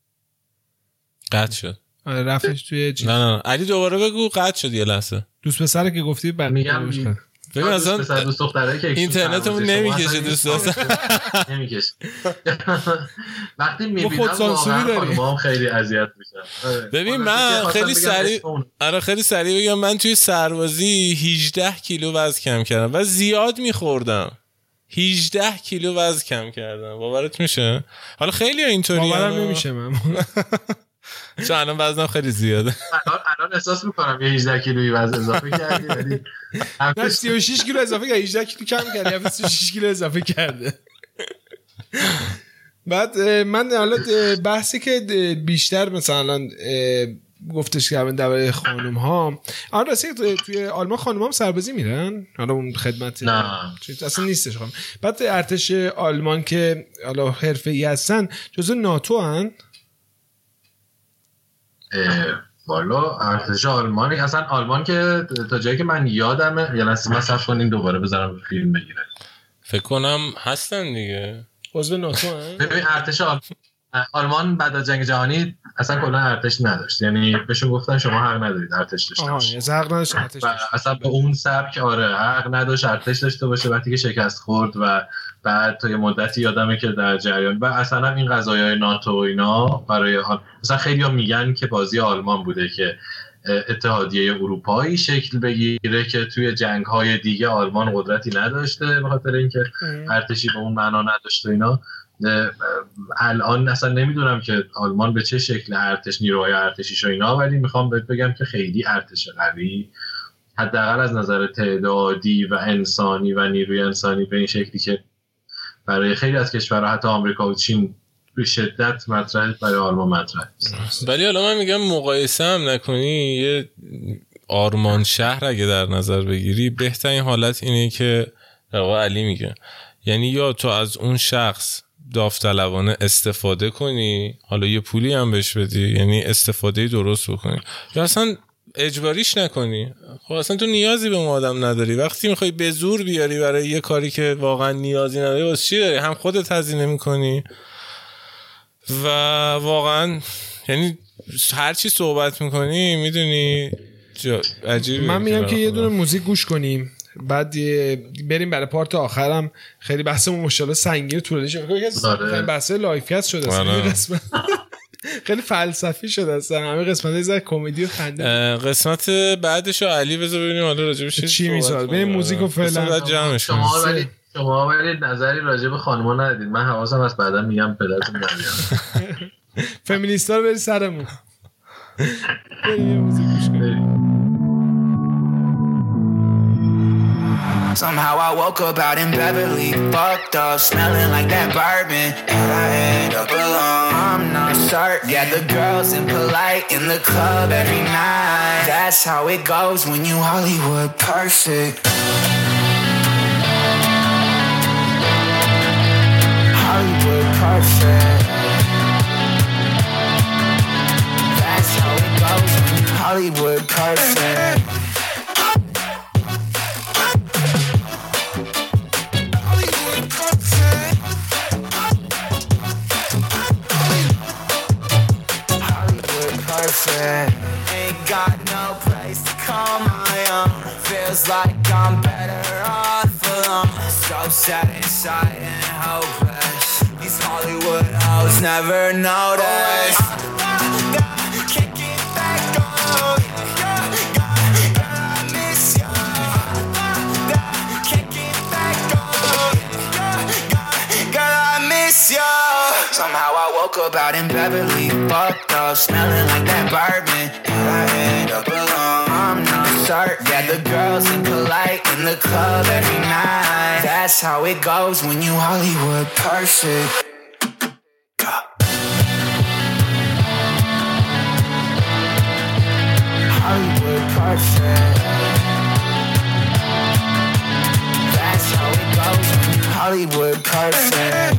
قطع شد. رفتش توی چیز. نه علی دوباره بگو، قطع شد یه لحظه. دوست پسر که گفتی بعد میگم ببین اصلا دوست دخترایی که اینترنتمون نمیکشه، دوست اصلا نمیکشه. وقتی میبینم واقعا خانوما هم خیلی اذیت میشن. ببین من خیلی سریع بگم، من توی سربازی 18 کیلو وزن کم کردم و زیاد میخوردم. 18 کیلو وزن کم کردم، باورت میشه؟ حالا خیلی اینطوریه، باورم نمیشه من. چون الان وزنم خیلی زیاده. الان احساس میکنم یه 18 کیلویی وزن اضافه کردی، ولی 36 کیلو اضافه کردی، 18 کیلو کم کردی، 36 کیلو اضافه کرده. بعد من حالا بحثی که بیشتر مثلا گفتش کردن درباره خانم ها، راستی توی آلمان خانم هم سربازی میرن؟ حالا اون خدمت نه اصلا نیستش خانم. بعد ارتش آلمان که حالا حرفه‌ای هستن جزو ناتو هن؟ والا ارتش آلمانی، اصلا آلمان که تا جایی که من یادمه، یعنی مصرف کنیم دوباره بذارم فیلم بگیره، فکر کنم هستن دیگه، عضو ناتو هن. ببین آلمان بعد از جنگ جهانی اصلا کلا ارتش نداشت، یعنی بهشون گفتن شما حق ندارید ارتش داشته باشید. حق نداشت ارتش داشته. اصلا به اون سبک حق نداشت ارتش داشته باشه. وقتی که شکست خورد و بعد تا یه مدتی یادمه که در جریان و اصلا هم این قضایای ناتو و اینا برای مثلا خیلی‌ها میگن که بازی آلمان بوده که اتحادیه اروپایی شکل بگیره که توی جنگ‌های دیگه آلمان قدرتی نداشته به خاطر اینکه ارتشی به اون معنا نداشته اینا. الان اصلا نمیدونم که آلمان به چه شکل ارتش نیروهای ارتشیش و اینا، ولی میخوام بهت بگم که خیلی ارتش قوی، حداقل از نظر تعدادی و انسانی و نیروی انسانی به این شکلی که برای خیلی از کشورها حتی آمریکا و چین به شدت مطرحه، برای آلمان مطرحه. ولی حالا من میگم مقایسه هم نکنی، یه آرمان شهر اگه در نظر بگیری بهترین حالت اینه که آقا علی میگه، یعنی یا تو از اون شخص داوطلبانه استفاده کنی، حالا یه پولی هم بهش بدی، یعنی استفاده درست بکنی، یا اصلا اجباریش نکنی. خب اصلا تو نیازی به اون آدم نداری. وقتی میخوای به زور بیاری برای یه کاری که واقعا نیازی نداری، واسه چی داری؟ هم خودت هزینه میکنی و واقعا یعنی هر چی صحبت میکنی میدونی عجیبه. من میگم که یه دونه موزیک گوش کنیم بعد بریم برای پارت آخرم. خیلی بحثمون مشکل سنگین طولانی شد، خیلی بحث لایف کست شده قسمت خیلی فلسفی شده اصلا. همه قسمت از کمدی و خنده. قسمت بعدشو علی بذار ببینیم حالا راجبش چی میذاره. بریم موزیکو فعلا جمعش کنیم. شما ولی نظری راجع به خانوما ندید. من حواسم از بعدا میگم پدرتون نمیاد. فمینیستا رو بری سرمون. بریم موزیک گوش کنیم. Somehow I woke up out in Beverly, fucked up, smelling like that bourbon. And I end up alone, I'm not certain. Yeah, the girls impolite in the club every night. That's how it goes when you Hollywood perfect. Hollywood perfect. That's how it goes when you Hollywood perfect. Ain't got no place to call my own. Feels like I'm better off alone. So sad inside and hopeless. These Hollywood hoes never notice. Can't get back on. I miss you. Can't get back on. Girl, I miss you. Somehow I woke up out in Beverly, fucked up, smelling like that bourbon. And I end up alone, I'm not certain. Yeah, the girls impolite in the club every night. That's how it goes when you Hollywood perfect. Hollywood perfect. That's how it goes when you Hollywood perfect.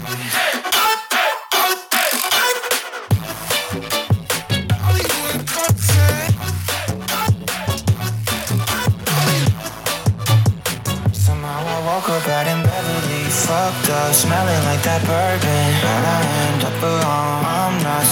Out in Beverly, fucked up, smelling like that bourbon. And I end up alone, I'm not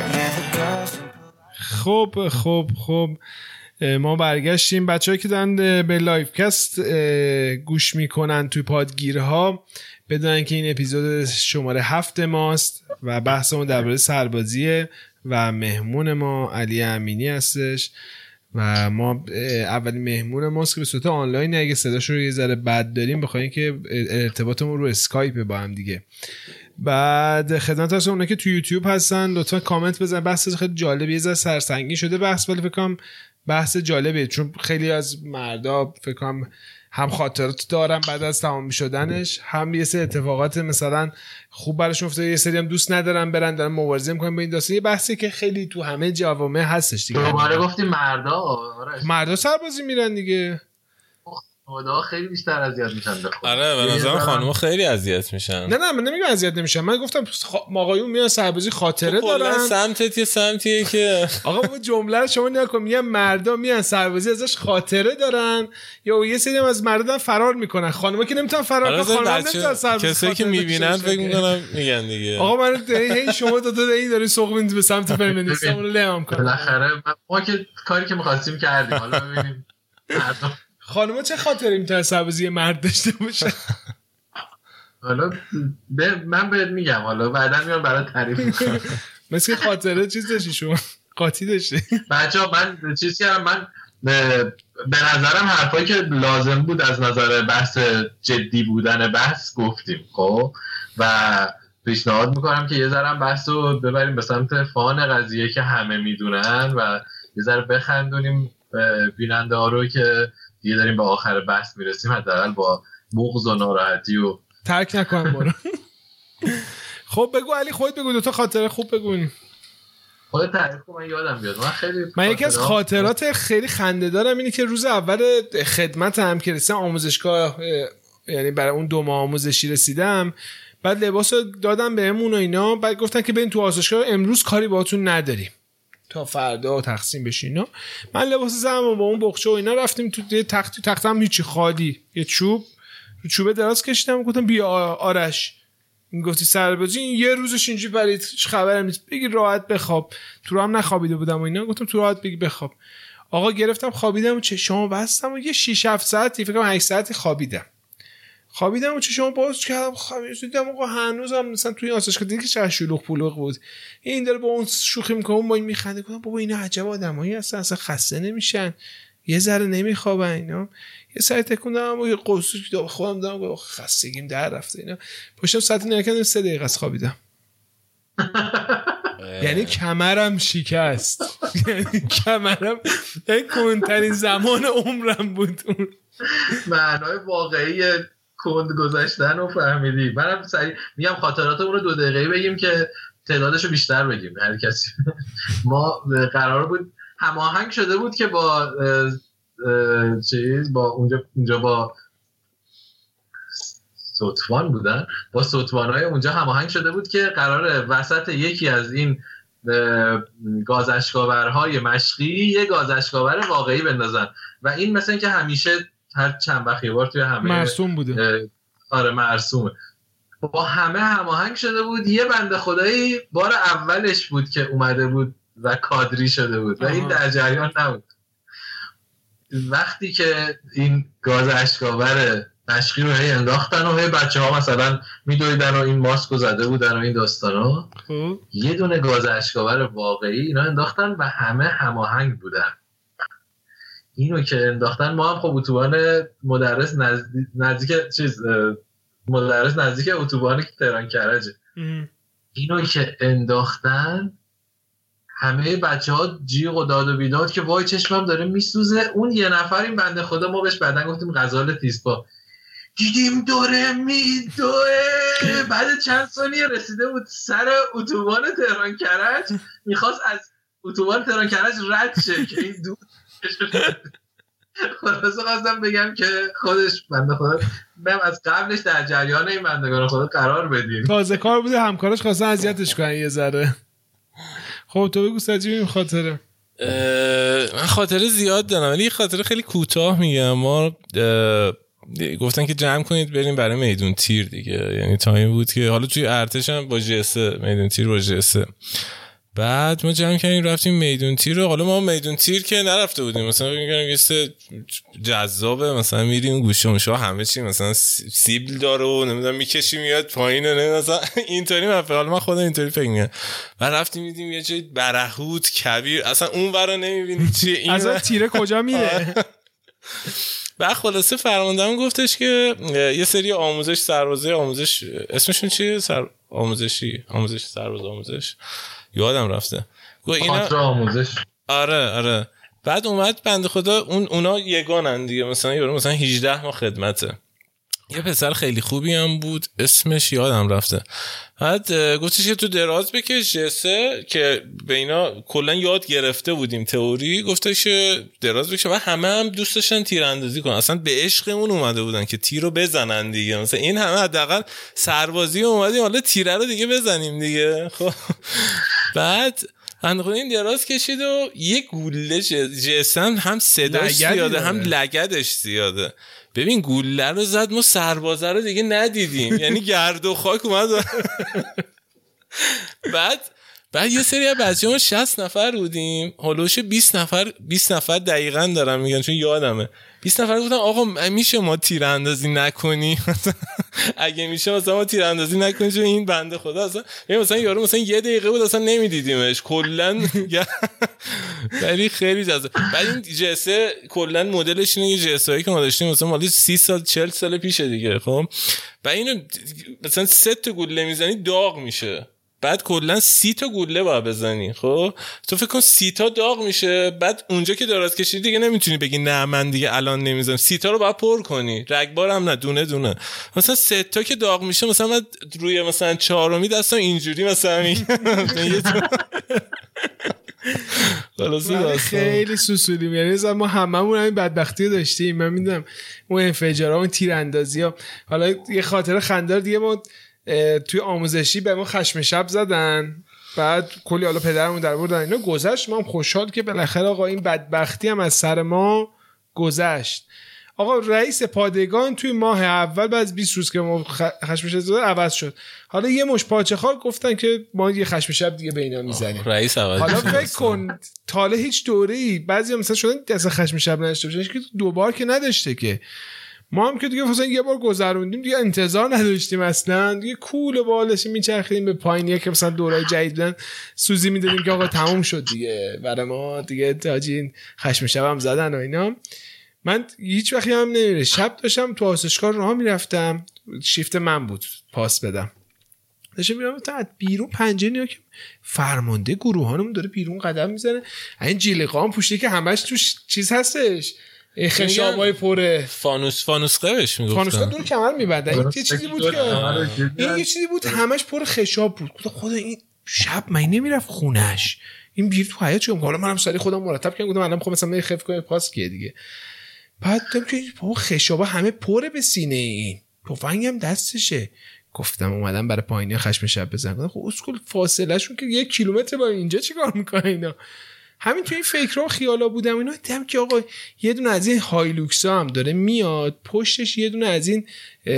certain. خب ما برگشتیم. بچه‌ها که دارن به لایف کست گوش میکنن توی پادگیرها بدونن که این اپیزود شماره 7 ماست و بحثمون درباره سربازیه و مهمون ما علی امینی هستش و ما اولین مهمون ماست که به صورت آنلاین، اگه صداش رو یه ذره بد داریم بخوایم که ارتباطمون رو اسکایپ با هم دیگه. بعد خدمت هستم اونایی که تو یوتیوب هستن لطفا کامنت بزن. بحث خیلی جالبه، یه ذره سرسنگین شده بحث، ولی فکر کنم بحث جالبه چون خیلی از مردا فکر کنم هم خاطرات دارن بعد از تمام شدنش، هم یه سری اتفاقات مثلا خوب براشون افتاده، یه سری هم دوست ندارن برن دارن مبارزه میکنن با این داستان. یه بحثی که خیلی تو همه جوامع هستش دیگه. دوباره گفتیم مردا مردا سربازی میرن دیگه. خدا خیلی بیشتر اذیت میشن بخوام. آره به نظرم خانوما خیلی اذیت میشن. نه من نمیگم اذیت نمیشن، من گفتم آقایون میان سربازی خاطره دارن. سمتت یه سمتیه که آقا با جمله رو شما نگاه کن، میگن مردا میان سربازی ازش خاطره دارن یا یه سری از مردا فرار میکنن، خانوما که نمیتونن فرار کنن. خانوما نمیتونن سربازی. کسایی که میبینن فکر میکنم میگن دیگه آقا من هی شما دو داری سوق میندی به سمت فمینیسم رو لام کن. بالاخره ما که کاری که می‌خواستیم کردیم، حالا ببینیم خانوما چه خاطری میتونن سربازی مرد داشته باشن. حالا من بهت میگم، حالا بعدا میام برات تعریف میکنم. مثل خاطره چیز داشتی شما، قاطی داشتی. بچه‌ها من چیز کردم، من به نظرم حرفایی که لازم بود از نظر بحث جدی بودن بحث گفتیم خب، و پیشنهاد میکنم که یه ذره بحث رو ببریم به سمت فان قضیه که همه میدونن و یه ذره بخندونیم بیننده ها رو که دیگه داریم به آخر بحث میرسیم، حداقل با بغض و ناراحتی و ترک نکنم برو. خب بگو علی، خودت بگو دوتا خاطره خوب بگو. خودت تعریف کن، من یادم بیاد. من یکی از خاطرات خیلی خنده دارم اینه که روز اول خدمتم که رسیدم آموزشگاه، یعنی برای اون 2 ماه آموزشی رسیدم، بعد لباسو دادم بهمون و اینا، بعد گفتن که بریم تو آموزشگاه، امروز کاری باهاتون نداریم تا فردا تقسیم بشین. من لباس زدم و با اون بخچه و اینا رفتیم تو تختم هیچی خالی، یه چوبه دراز کشیدم، گفتم بیا آرش، این گفتی سربازی این یه روزش اینجوری پرید، هیچ خبرم نیست، بگی راحت بخواب. تو رو هم نخوابیده بودم و اینا، گفتم تو راحت بگی بخواب. آقا گرفتم خوابیدم و چشامو بستم و یه 6-7 ساعتی، فکر کنم 8 ساعتی خوابیدم و چشامو باز کردم، خوابیدم. آقا هنوزم مثلا توی آسایشگاه دیدی که چه شلوغ پلوغ بود، این داره با اون شوخی میکنه، با این میخنده. گفتم بابا اینا عجب آدمایی هستن، اصلا خسته نمیشن، یه ذره نمیخوابن اینا. یه سری تکون دادم و یه قصه که خودم دادم، خستگیم در رفته اینا. پشتم ساعت نگاه 3 دقیقه از خوابیدم. یعنی کمرم شکست، یعنی کندترین زمان عمرم بود. اون معنای واقعی کند گذاشتن رو فهمیدی. منم سریع میگم خاطراتمون رو 2 دقیقه‌ای بگیم که تعدادشو بیشتر بگیم هر کسی. ما قرار بود هماهنگ شده بود که با با اونجا با سوتوان بودن، با سوتوانای اونجا هماهنگ شده بود که قراره وسط یکی از این گازاشکاورهای مشقی یه گازاشکاور واقعی بندازن و این مثلا که همیشه هر چند وقت یه بار توی همه مرسوم بوده. آره مرسومه. با همه هماهنگ شده بود. یه بنده خدایی بار اولش بود که اومده بود و کادری شده بود و این در جریان نبود. وقتی که این گاز اشکاور مشقی رو هی انداختن و هی بچه‌ها مثلا میدویدن و این ماسکو زده بودن و این داستانا، یه دونه گاز اشکاور واقعی اینا انداختن و همه هماهنگ بودن. اینو که انداختن، ما هم خب اتوبان مدرس نزدیک اتوبان تهران کرجه، اینو که انداختن همه بچه‌ها جیغ و داد و بیداد که وای چشمم داره میسوزه. اون یه نفر این بنده خدا، ما بهش بعدن گفتیم غزال تیزپا، دیدیم داره میدوه. بعد چند ثانیه رسیده بود سر اتوبان تهران کرج، میخواست از اتوبان تهران کرج رد شه که این دو خلاصه خواستم بگم که خودش بنده خدا بهم از قبلش در جریان این بندگان خدا قرار بدیم. تازه کار بوده، همکارش خواستن اذیتش کنن یه ذره. خب تو بگو سجی این خاطره. من خاطره زیاد دارم ولی خاطره خیلی کوتاه میگم. ما گفتن که جمع کنید بریم برای میدون تیر دیگه، یعنی تایم بود که حالا توی ارتش هم با جسه میدون تیر با جسه. بعد ما جمع کردیم رفتیم میدون تیر رو. حالا ما میدون تیر که نرفته بودیم، مثلا فکر می‌کردیم یه سه جذابه، مثلا میریم گوشه‌موشا همه چی مثلا سیبل داره و نمیدونم میکشی میاد پایینه، نه مثلا اینطوری. حالا من خودم اینطوری فکر می‌کردم. بعد رفتیم دیدیم یه جای برهوت کبیر، اصلا اون ورا نمی‌بینی چیه این از تیر کجا میره. بعد خلاصه فرماندهمون گفتش که یه سری آموزش سربازه آموزش اسمشون چیه؟ آموزش سرباز آموزش یادم رفته. اینا آموزش. آره. بعد اومد بنده خدا اونا یگانن دیگه، مثلا 18 ماه خدمته. یه پسر خیلی خوبی هم بود، اسمش یادم رفته. بعد گفتش که تو دراز بکش جسه، که به اینا کلا یاد گرفته بودیم تئوری، گفتش که دراز بکش. و همه هم دوست داشتن تیراندازی کنن، اصلا به عشقمون اومده بودن که تیر رو بزنن دیگه. مثلا این همه حداقل سربازی اومدیم، حالا تیره رو دیگه بزنیم دیگه. خب بعد این دراز کشید و یه گوله جسم هم صداش زیاده هم لگدش زیاده. ببین گوله رو زد، ما سربازه رو دیگه ندیدیم، یعنی گرد و خاک اومد. بعد یه سری از بچه‌ها 60 نفر بودیم، هولوش 20 نفر دقیقاً دارم میگن چون یادمه، 20 نفر گفتن آقا میشه ما تیراندازی نکنی؟ اگه میشه مثلا ما تیراندازی نکنیم، چون این بنده خدا مثلا یارو مثلا یه دقیقه بود اصلا نمیدیدیمش کلا. ولی خیلی جذاب. بعد این جسه کلا مدلش اینه که جسایی که ما داشتیم مثلا مالی 30 سال 40 سال پیشه دیگه. خب بعد اینو مثلا 3 تا گوله میزنی داغ میشه، بعد کلا 30 تا گوله باید بزنی. خب تو فکر کن 30 تا داغ میشه، بعد اونجا که دراز کشیدی دیگه نمیتونی بگی نه من دیگه الان نمیزنم، 30 تا رو باید پر کنی، رگبار هم نه، دونه دونه. مثلا 3 تا که داغ میشه، مثلا من روی مثلا 4می دستم اینجوری مثلا خیلی سوسولیم. یعنی ما هممون همین بدبختی رو داشتیم. من میدونم اون انفجارا، اون تیراندازی‌ها. حالا یه خاطره خنده‌دار دیگه، ما توی آموزشی به ما خشم شب زدن، بعد کلی حالا پدرمون در بردن اینا گذشت. ما هم خوشحال که بالاخره آقا این بدبختی هم از سر ما گذشت. آقا رئیس پادگان توی ماه اول بعد از 20 روز که ما خشم شب زدن عوض شد. حالا یه مش پاچه خال گفتن که ما یه خشم شب دیگه به اینا میزنیم. رئیس عوض. حالا فکر کن تاله هیچ دوره‌ای بعضی مثلا شدن دست خشم شب نداشته باشه که 2 بار که نداشته که. ما هم که دیگه مثلا یه بار گذروندیم دیگه انتظار نداشتیم اصلا، دیگه کول بالش میچرخیدیم به پایینیه که مثلا دورای جدید بودن سوزی میدادیم که آقا تموم شد دیگه برای ما دیگه، تاجین خشم شب هم زدن و اینا. من هیچ وقتی هم نمیره، شب داشتم تو آسایشگاه راه میرفتم، شیفت من بود پاس بدم، داشتم میرم تا بیرون پنجره نیا که فرمانده گروهانمون داره بیرون قدم میزنه، این جیلقام پوشته که همش توش چیز هستش، خشابای پره، فانوس قبش میگفتن، فانوس دور کمر میبندن. یه چیزی بود که این یه چیزی بود همش پر خشاب بود. خدا این شب من نمیرفت خونش، این بیر تو حیاط چون حالا منم سری خودم مرتب کردم، گفتم الان میخوام مثلا خف کنم پاس کیه دیگه. بعد دیدم که با خشابا همه پر به سینه، این تفنگم دستشه. گفتم اومدم برای پایینی خشم شب بزنم. خب اسکول فاصله شون که 1 کیلومتر با اینجا چیکار میکنه اینا؟ همین توی این فکرها و خیالا بودم اینا، دیدم که آقا یه دونه از این هایلوکس ها هم داره میاد، پشتش یه دونه از این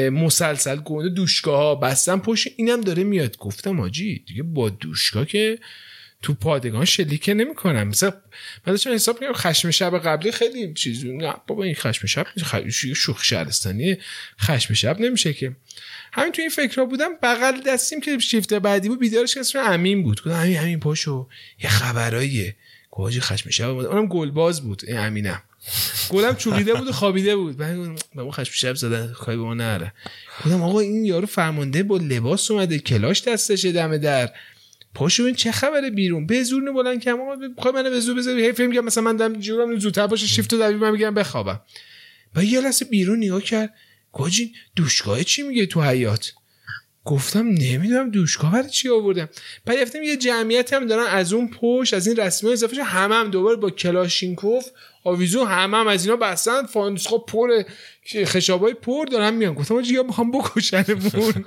مسلسل گونده دوشگاه ها بستن پشت اینم داره میاد. گفتم آجی دیگه با دوشگاه که تو پادگان شلیکه نمی کنم. مثلا من داشتم حساب میکنم خشم شب قبلی خیلی چیز، نه بابا این خشم شب شوخ شهرستانی خشم شب نمیشه که. همین توی این فکرها بودم، بغل دستیم که شیفت بعدی بود بیدارش اسم امین بود. گفتم امین پاشو یه خبراییه. گوجه خشم شب اومد، اونم گلباز بود این امینم، گلم چوبیده بود و خوابیده بود. بعد ما خشم شب زدن کاری به ما نره. گفتم آقا این یارو فرمانده با لباس اومده، کلاش دستشه دم در، پاشو این چه خبره بیرون، به زور نبلند که آقا میخوای منو به زور بذاری. هی فهم میگم مثلا من دم جورم زودتر باشه شیفت رو دوید من میگم بخوابم. بعد یه لحظه بیرون نگاه کرد، گوجین دوشگاه چی میگه تو حیاط؟ گفتم نمیدونم دوشگاه برای چی آوردم. بعد گفتم یه جمعیت هم دارن از اون پشت از این رسمی اضافه شده، هم دوباره با کلاشینکوف آویزو هم از اینا بسن، فانوس‌ها پر خشابای پر دارن میان. گفتم آجی یا میخوام بکشنمون.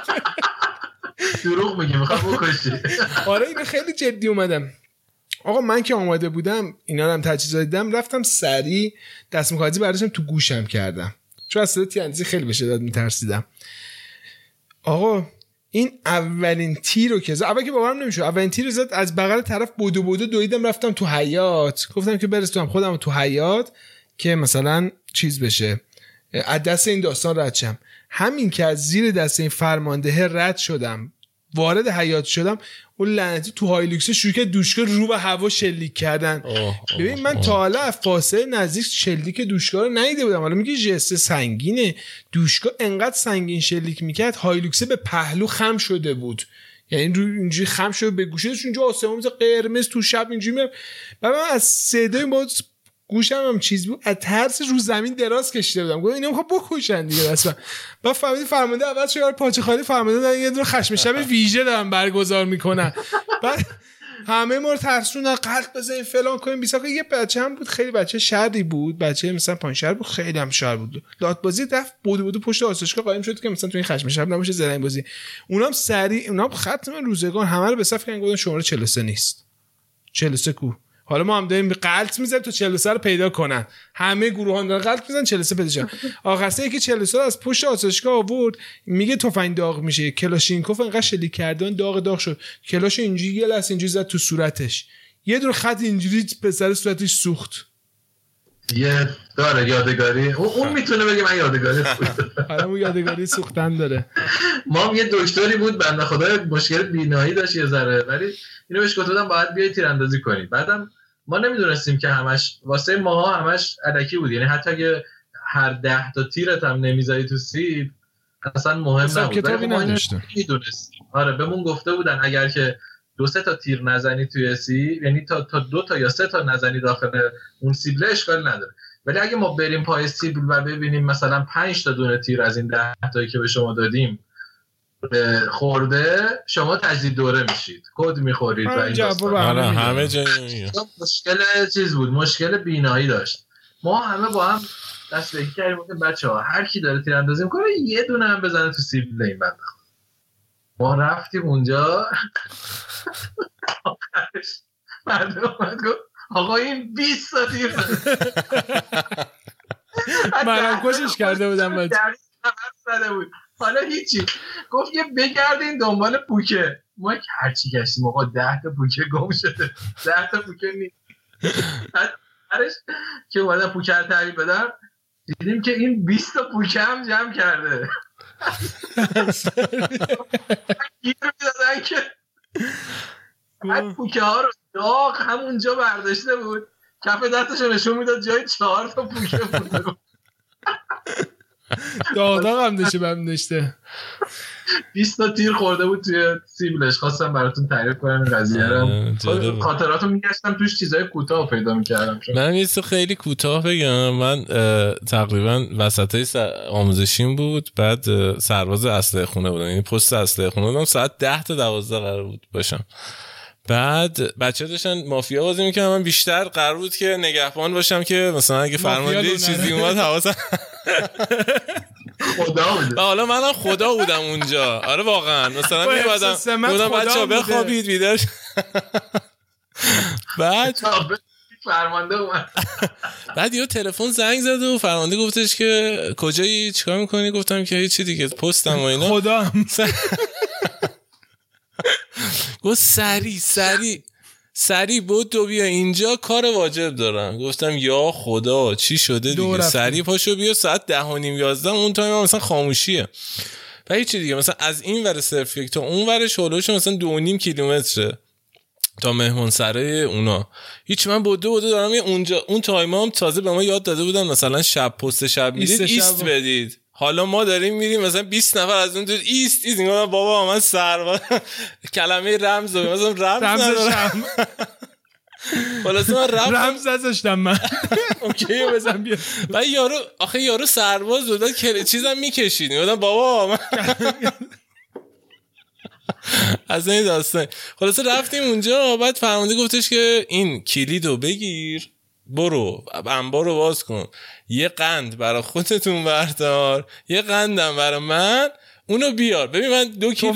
دروغ میگی میخوام بکشی؟ آره اینو خیلی جدی اومدم. آقا من که آماده بودم اینا رو هم تجهیزات دیدم، رفتم سریع دست مکالمه برداشتم تو گوشم کردم چون از صدای تیراندازی خیلی به شدت میترسیدم. آقا این اولین تیر رو که زد، اول که باورم نمیشه، اولین تیر رو زد از بغل طرف بودو دویدم رفتم تو حیاط، گفتم که برسونم خودم تو حیاط که مثلا چیز بشه از دست این داستان رد شم. همین که از زیر دست این فرمانده رد شدم وارد حیاط شدم، اون لعنتی تو هایلوکس شروع کرد دوشگاه رو به هوا شلیک کردن. ببین من تا حالا فاصله نزدیک شلیک دوشگاه رو ندیده بودم. حالا میگه جسته سنگینه، دوشگاه انقدر سنگین شلیک میکرد هایلوکس به پهلو خم شده بود، یعنی اینجوری خم شده به گوشهش، اونجا آسمون قرمز تو شب اینجوری میاد. و من از صدای ما گوشم هم چیز بود، از ترس رو زمین دراز کشیده بودم، گفتم اینا میخوام بکشن دیگه اصلا. بعد فهمیدم فرمانده اول چه پاچه خالی فرمانده دارن یه دونه خشم شب ویژه دارن برگزار میکنن. بعد همه ما رو ترسوندن قلب بزنین فلان کنین بیسا. یه بچه هم بود خیلی بچه شهری بود، بچه مثلا پایین شهر بود، خیلی هم شهر بود، لات بازی دفت بود پشت آسایشگاه قایم شد که مثلا تو این خشم شب نباشه زرنگ بازی. اونام سریع اونام ختم روزگار همه رو به صف کردن گفتن شماره 43 نیست، 43 کو. حالا ما هم داریم غلط میزنیم تا 43 رو پیدا کنن، همه گروهان دارن غلط میزنن 43 پیدا شه. آخرسته یکی 43 از پشت آسایشگاه آورد، میگه تفنگ داغ میشه، کلاشینکوف انقدر شلیک کردن داغ شد، کلاش اینجوری یه لحظه اینجوری زد تو صورتش، یه دور خط اینجوری به سر صورتش سوخت. یه داره یادگاری اون میتونه بگه من یادگاری حالا اون یادگاری سوختن داره. ما هم یه دکتری بود بنده خدا مشکل بینایی داشت یه ذره، ولی اینو بهش گفته بودم باید بیای تیراندازی کنی. بعدم ما نمیدونستیم که همش واسه ماها همش الکی بود، یعنی حتی اگه هر 10 تا تیرت هم نمیذاری تو سیب اصلا مهم نبود. کتابی نداشتم میدونستیم. آره بهمون گفته بودن اگر که 2-3 تا تیر نزنی توی سیب، یعنی تا 2 تا یا 3 تا نزنی داخل اون سیبله اشکال نداره، ولی اگه ما بریم پای سیبل و ببینیم مثلا 5 تا دونه تیر از این 10 تایی که به شما دادیم خورده، شما تجدید دوره میشید، کد میخورید و این همه جایی مشکل چیز بود، مشکل بینایی داشت. ما همه با هم دست بگی کردیم که بچه‌ها هر کی داره تیراندازی میکنه یه دونه هم بزنه تو سیبل این بنده. ما رفتیم اونجا آخرش مردم اومد گفت آقا این 20 تا تیر منم کشش کرده بودم بچه بود. حالا هیچی گفت یه بگردین دنبال پوکه. ما هرچی گشتیم آقا 10 تا پوکه گم شده، 10 تا پوکه نیست. هرش که اومدن پوکه رو تحویل بدم دیدیم که این 20 تا پوکه هم جمع کرده. گیر میدادن که پوکه ها رو داغ همونجا برداشته بود، کف دستشو نشون میداد جای 4 تا پوکه بود. داغ هم داشته بهم داشته 20 تا تیر خورده بود توی سیبلش. خواستم براتون تعریف کنم این قضیه رو، خاطراتو میگشتم توش چیزای کوتاه پیدا میکردم. من یه خیلی کوتاه بگم. من تقریبا وسطای آموزشیم بود، بعد سرباز اسلحه خونه بودم، یعنی پست اسلحه خونه بودم، ساعت 10 تا 12 قرار بود باشم. بعد بچه داشتن مافیا بازی میکنن، من بیشتر قرار بود که نگهبان باشم که مثلا اگه فرمانده چیزی اومد حواسم خدا بود. حالا منم خدا بودم اونجا. آره واقعا مثلا میومدم بودم بچه‌ها بخوابید بیدار. بعد فرمانده اومد. بعد یه تلفن زنگ زد و فرمانده گفتش که کجایی چیکار میکنی؟ گفتم که هیچی دیگه پستم و اینا. خدا گفت سری بود تو بیا اینجا کار واجب دارم. گفتم یا خدا چی شده دیگه؟ سری پاشو بیا ساعت 10:30-11 اون تایم مثلا خاموشیه. و هیچی دیگه مثلا از این ور صرف یک تا اون ورش هولوش مثلا 2.5 کیلومتره تا مهمان سرای اونا. هیچ من بوده دارم اونجا. اون تایم هم تازه به ما یاد داده بودن مثلا شب پست شب میدید ایست بدید. حالا ما داریم میریم مثلا 20 نفر از اون تو ایست میگن بابا من سرباز کلمه رمز مثلا رمز ندارم. خلاص من رمز ازشتم من اوکی بزن بیا. بعد یارو سرباز بود که چیزام میکشید میگم بابا من از این داستان. خلاص رفتیم اونجا، بعد فرمانده گفتش که این کلیدو بگیر برو انبارو باز کن، یه قند برای خودتون بردار، یه قندم برای من، اونو بیار. ببین من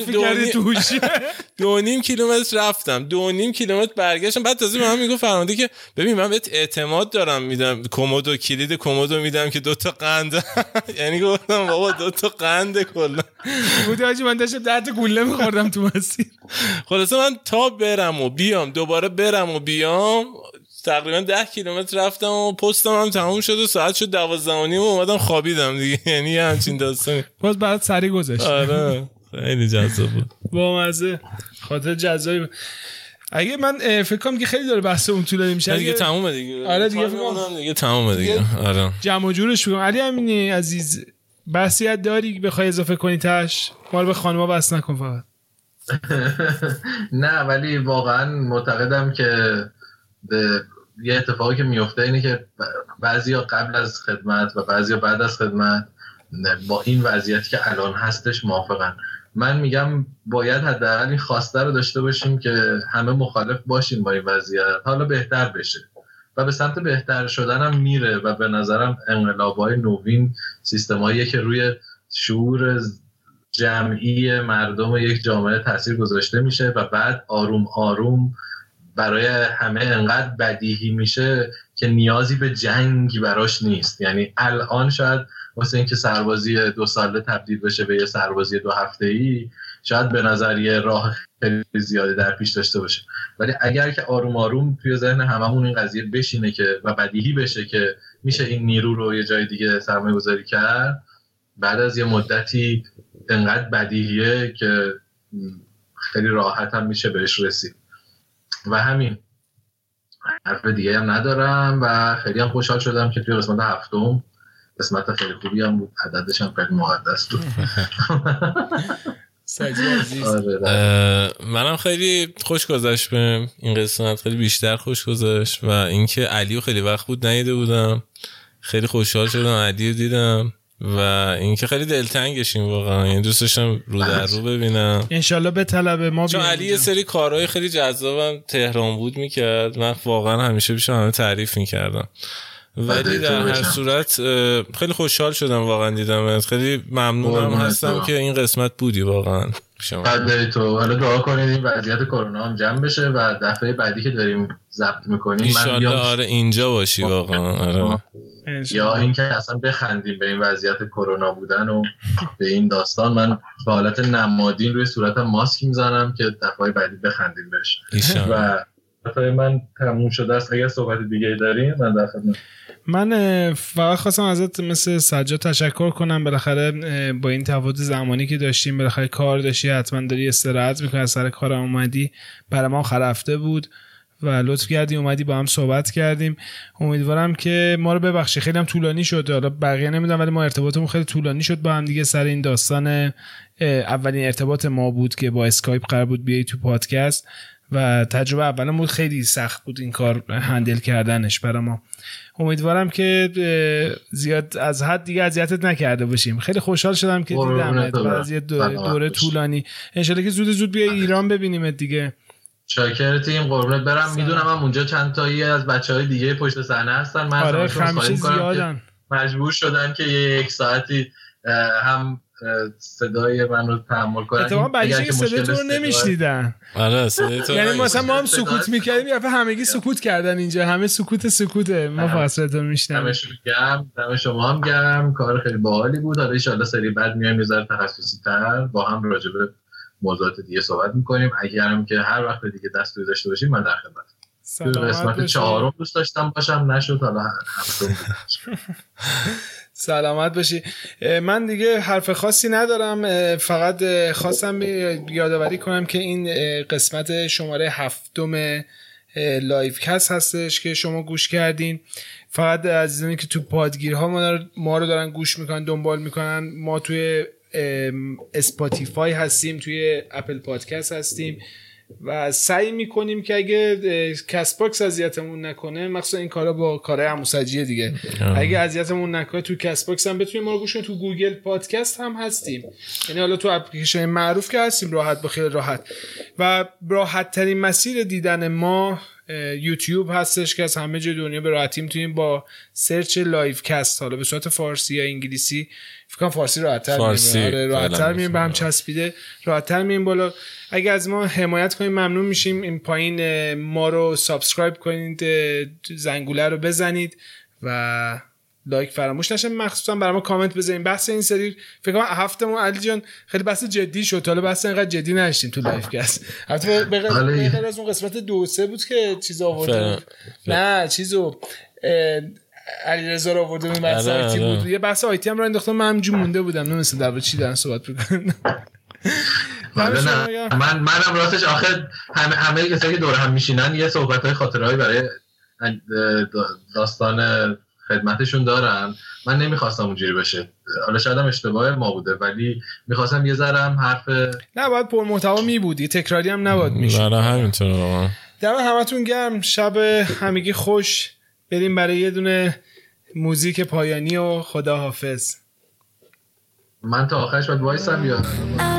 2.5 کیلومتر رفتم، 2.5 کیلومتر برگشتم. بعد تازه به من میگفت فرمانده که ببین من بهت اعتماد دارم، میدم کمدو کلید کمدو میدم که 2 تا قند. یعنی گفتم بابا 2 تا قند کلا بود آجی من داشتم 10 تا گوله میخوردم تو مسیر. خلاص من تا برم و بیام دوباره برم و بیام تقریبا 10 کیلومتر رفتم و پستم هم تموم شد و ساعت شد 12:30 و اومدم خوابیدم دیگه. یعنی همچین داستانی باز برات سری گذشت. آره خیلی جذاب بود، با مزه، خاطر جذابی. اگه من فکر کنم که خیلی داره بحث اون طولانی میشه دیگه تمومه دیگه. آره دیگه فکر کنم دیگه تمومه دیگه. آره جمع و جورش میگم. علی امینی عزیز بحثیت داری بخوای اضافه کنی تاش؟ ما رو به خانوما بس نکن فقط. نه ولی واقعا معتقدم که یه اتفاقی که میفته اینه که بعضیا قبل از خدمت و بعضیا بعد از خدمت با این وضعیتی که الان هستش موافقن. من میگم باید حداقل این خواسته رو داشته باشیم که همه مخالف باشیم با این وضعیت، حالا بهتر بشه و به سمت بهتر شدن هم میره و به نظرم انقلاب‌های نوین سیستماییه که روی شعور جمعی مردم یک جامعه تاثیر گذاشته میشه و بعد آروم آروم برای همه انقدر بدیهی میشه که نیازی به جنگ براش نیست. یعنی الان شاید واسه اینکه سربازی 2 ساله تبدیل بشه به یه سربازی 2 هفته‌ای شاید به نظر یه راه خیلی زیاده در پیش داشته باشه، ولی اگر که آروم آروم توی ذهن هممون این قضیه بشینه که و بدیهی بشه که میشه این نیرو رو یه جای دیگه سرمایه گذاری کرد، بعد از یه مدتی انقدر بدیهیه که خیلی راحت هم میشه بهش رسید. و همین، حرف دیگه هم ندارم و خیلی هم خوشحال شدم که توی قسمت 7 قسمت خیلی خوبی هم بود، عددش هم خیلی مقدس بود. منم خیلی خوش گذشت به این قسمت، خیلی بیشتر خوش گذشت و اینکه علیو خیلی وقت بود ندیده بودم، خیلی خوشحال شدم علیو دیدم و اینکه خیلی دلتنگشیم واقعا، یعنی دوست داشتم رو در رو ببینم انشالله به طلب ما، چون علی یه سری کارهای خیلی جذابم تهران بود میکرد، من واقعا همیشه پیش همه تعریف میکردم، ولی در هر صورت خیلی خوشحال شدم واقعا دیدم، خیلی ممنونم هستم که این قسمت بودی واقعا. بعد تو حالا دعا کنید این وضعیت کرونا هم جمع بشه و دفعه بعدی که داریم ضبط میکنیم ان آره اینجا باشی واقعا. آره یا اینکه اصلا بخندیم به این وضعیت کرونا بودن و به این داستان. من به حالت نمادین روی صورتم ماسک میزنم که دفعه بعدی بخندیم بهش. و من تموم شده است. اگر صحبت دیگه داریم من در خدمت. من فقط خواستم ازت مثل سجاد تشکر کنم، بالاخره با این تفاوت زمانی که داشتیم بالاخره کار داشتی، حتما داری استراحت میکنی، از سر کار اومدی، برای ما آخر هفته بود و لطف کردی اومدی با هم صحبت کردیم. امیدوارم که ما رو ببخشی، خیلی هم طولانی شد، حالا بقیه نمیدونم ولی ما ارتباطمون خیلی طولانی شد با هم دیگه سر این داستان. اولین ارتباط ما بود که با اسکایپ قرار بود بیای تو پادکست و تجربه اولم بود، خیلی سخت بود این کار هندل کردنش برای ما. امیدوارم که زیاد از حد دیگه اذیتت نکرده باشیم. خیلی خوشحال شدم که دیدمت بعد از یه دوره طولانی. انشالله که زود بیای ایران ببینیمت دیگه. شاکرتیم، قربونت برم. میدونم هم اونجا چند تایی از بچهای دیگه پشت صحنه هستن، من آره همیشه زیادن، مجبور شدن که یک ساعتی هم صدای من رو تحمل کنن. اتفاقا بعدش که صدای تو رو نمیشنیدن. آره صدای تو، یعنی مثلا ما هم سکوت میکردیم یا همگی سکوت کردن، اینجا همه سکوته، ما فقط صدا میشنویم. دم شما هم گرم، کار خیلی باحالی بود. حالا ان شاءالله سری بعد میایم یه ذره تخصصی تر با هم راجع به موضوعات دیگه صحبت میکنیم. اگرم که هر وقت دیگه دستوری داشته باشیم من در خدمتم. تو قسمت 4 دوست داشتم باشم، نشد، حالا هفتم. سلامت باشی. من دیگه حرف خاصی ندارم، فقط خواستم یادآوری کنم که این قسمت شماره 7 لایو کست هستش که شما گوش کردین. فقط عزیزانی که تو پادگیرها ما رو دارن گوش میکنن، دنبال میکنن، ما توی اسپاتیفای هستیم، توی اپل پادکست هستیم و سعی میکنیم که اگه کست باکس اذیتمون نکنه، مخصوصا این کارا با کارهای عموسجیه دیگه، اگه اذیتمون نکنه تو کست باکس هم بتونیم ما رو گوش کنیم. تو گوگل پادکست هم هستیم، یعنی حالا تو اپلیکیشن معروف که هستیم راحت، با خیلی راحت. و راحت ترین مسیر دیدن ما یوتیوب هستش که از همه جای دنیا به راحتی میتونیم با سرچ لایو کست، حالا به صورت فارسی یا انگلیسی، فکر کنم فارسی راحت‌تر مییم، به هم چسبیده راحت‌تر مییم بالا. اگه از ما حمایت کنید ممنون میشیم. این پایین ما رو سابسکرایب کنید، زنگوله رو بزنید و لایک فراموش نشه. مخصوصا برای ما کامنت بذارین. بحث این سری فکر کنم هفتمون علی جان خیلی بحث جدی شد، حالا بحث اینقدر جدی نشدیم تو لایو کست. البته به غیر از اون قسمت 2-3 بود که چیز آورد، نه چیزو علیرضا رو آورده به بحث آیتی بود، یه بحث آیتی هم رو انداختم، من همینجور مونده بودم نمی‌دونم در چی دارن صحبت می‌کنن. منم راستش آخه همه کسایی که دور هم میشینن یه صحبت‌های خاطرهایی برای داستان خدمتشون دارن. من نمیخواستم اونجوری بشه، حالا شاید هم اشتباه ما بوده، ولی میخواستم یه ذره هم حرف نه باید پر محتوا می بود، یه تکراری هم نباید میشه. نه همینطوره. دم همتون گرم، شب همگی خوش. بریم برای یه دونه موزیک پایانی و خداحافظ. من تا آخرش باید وایسم یا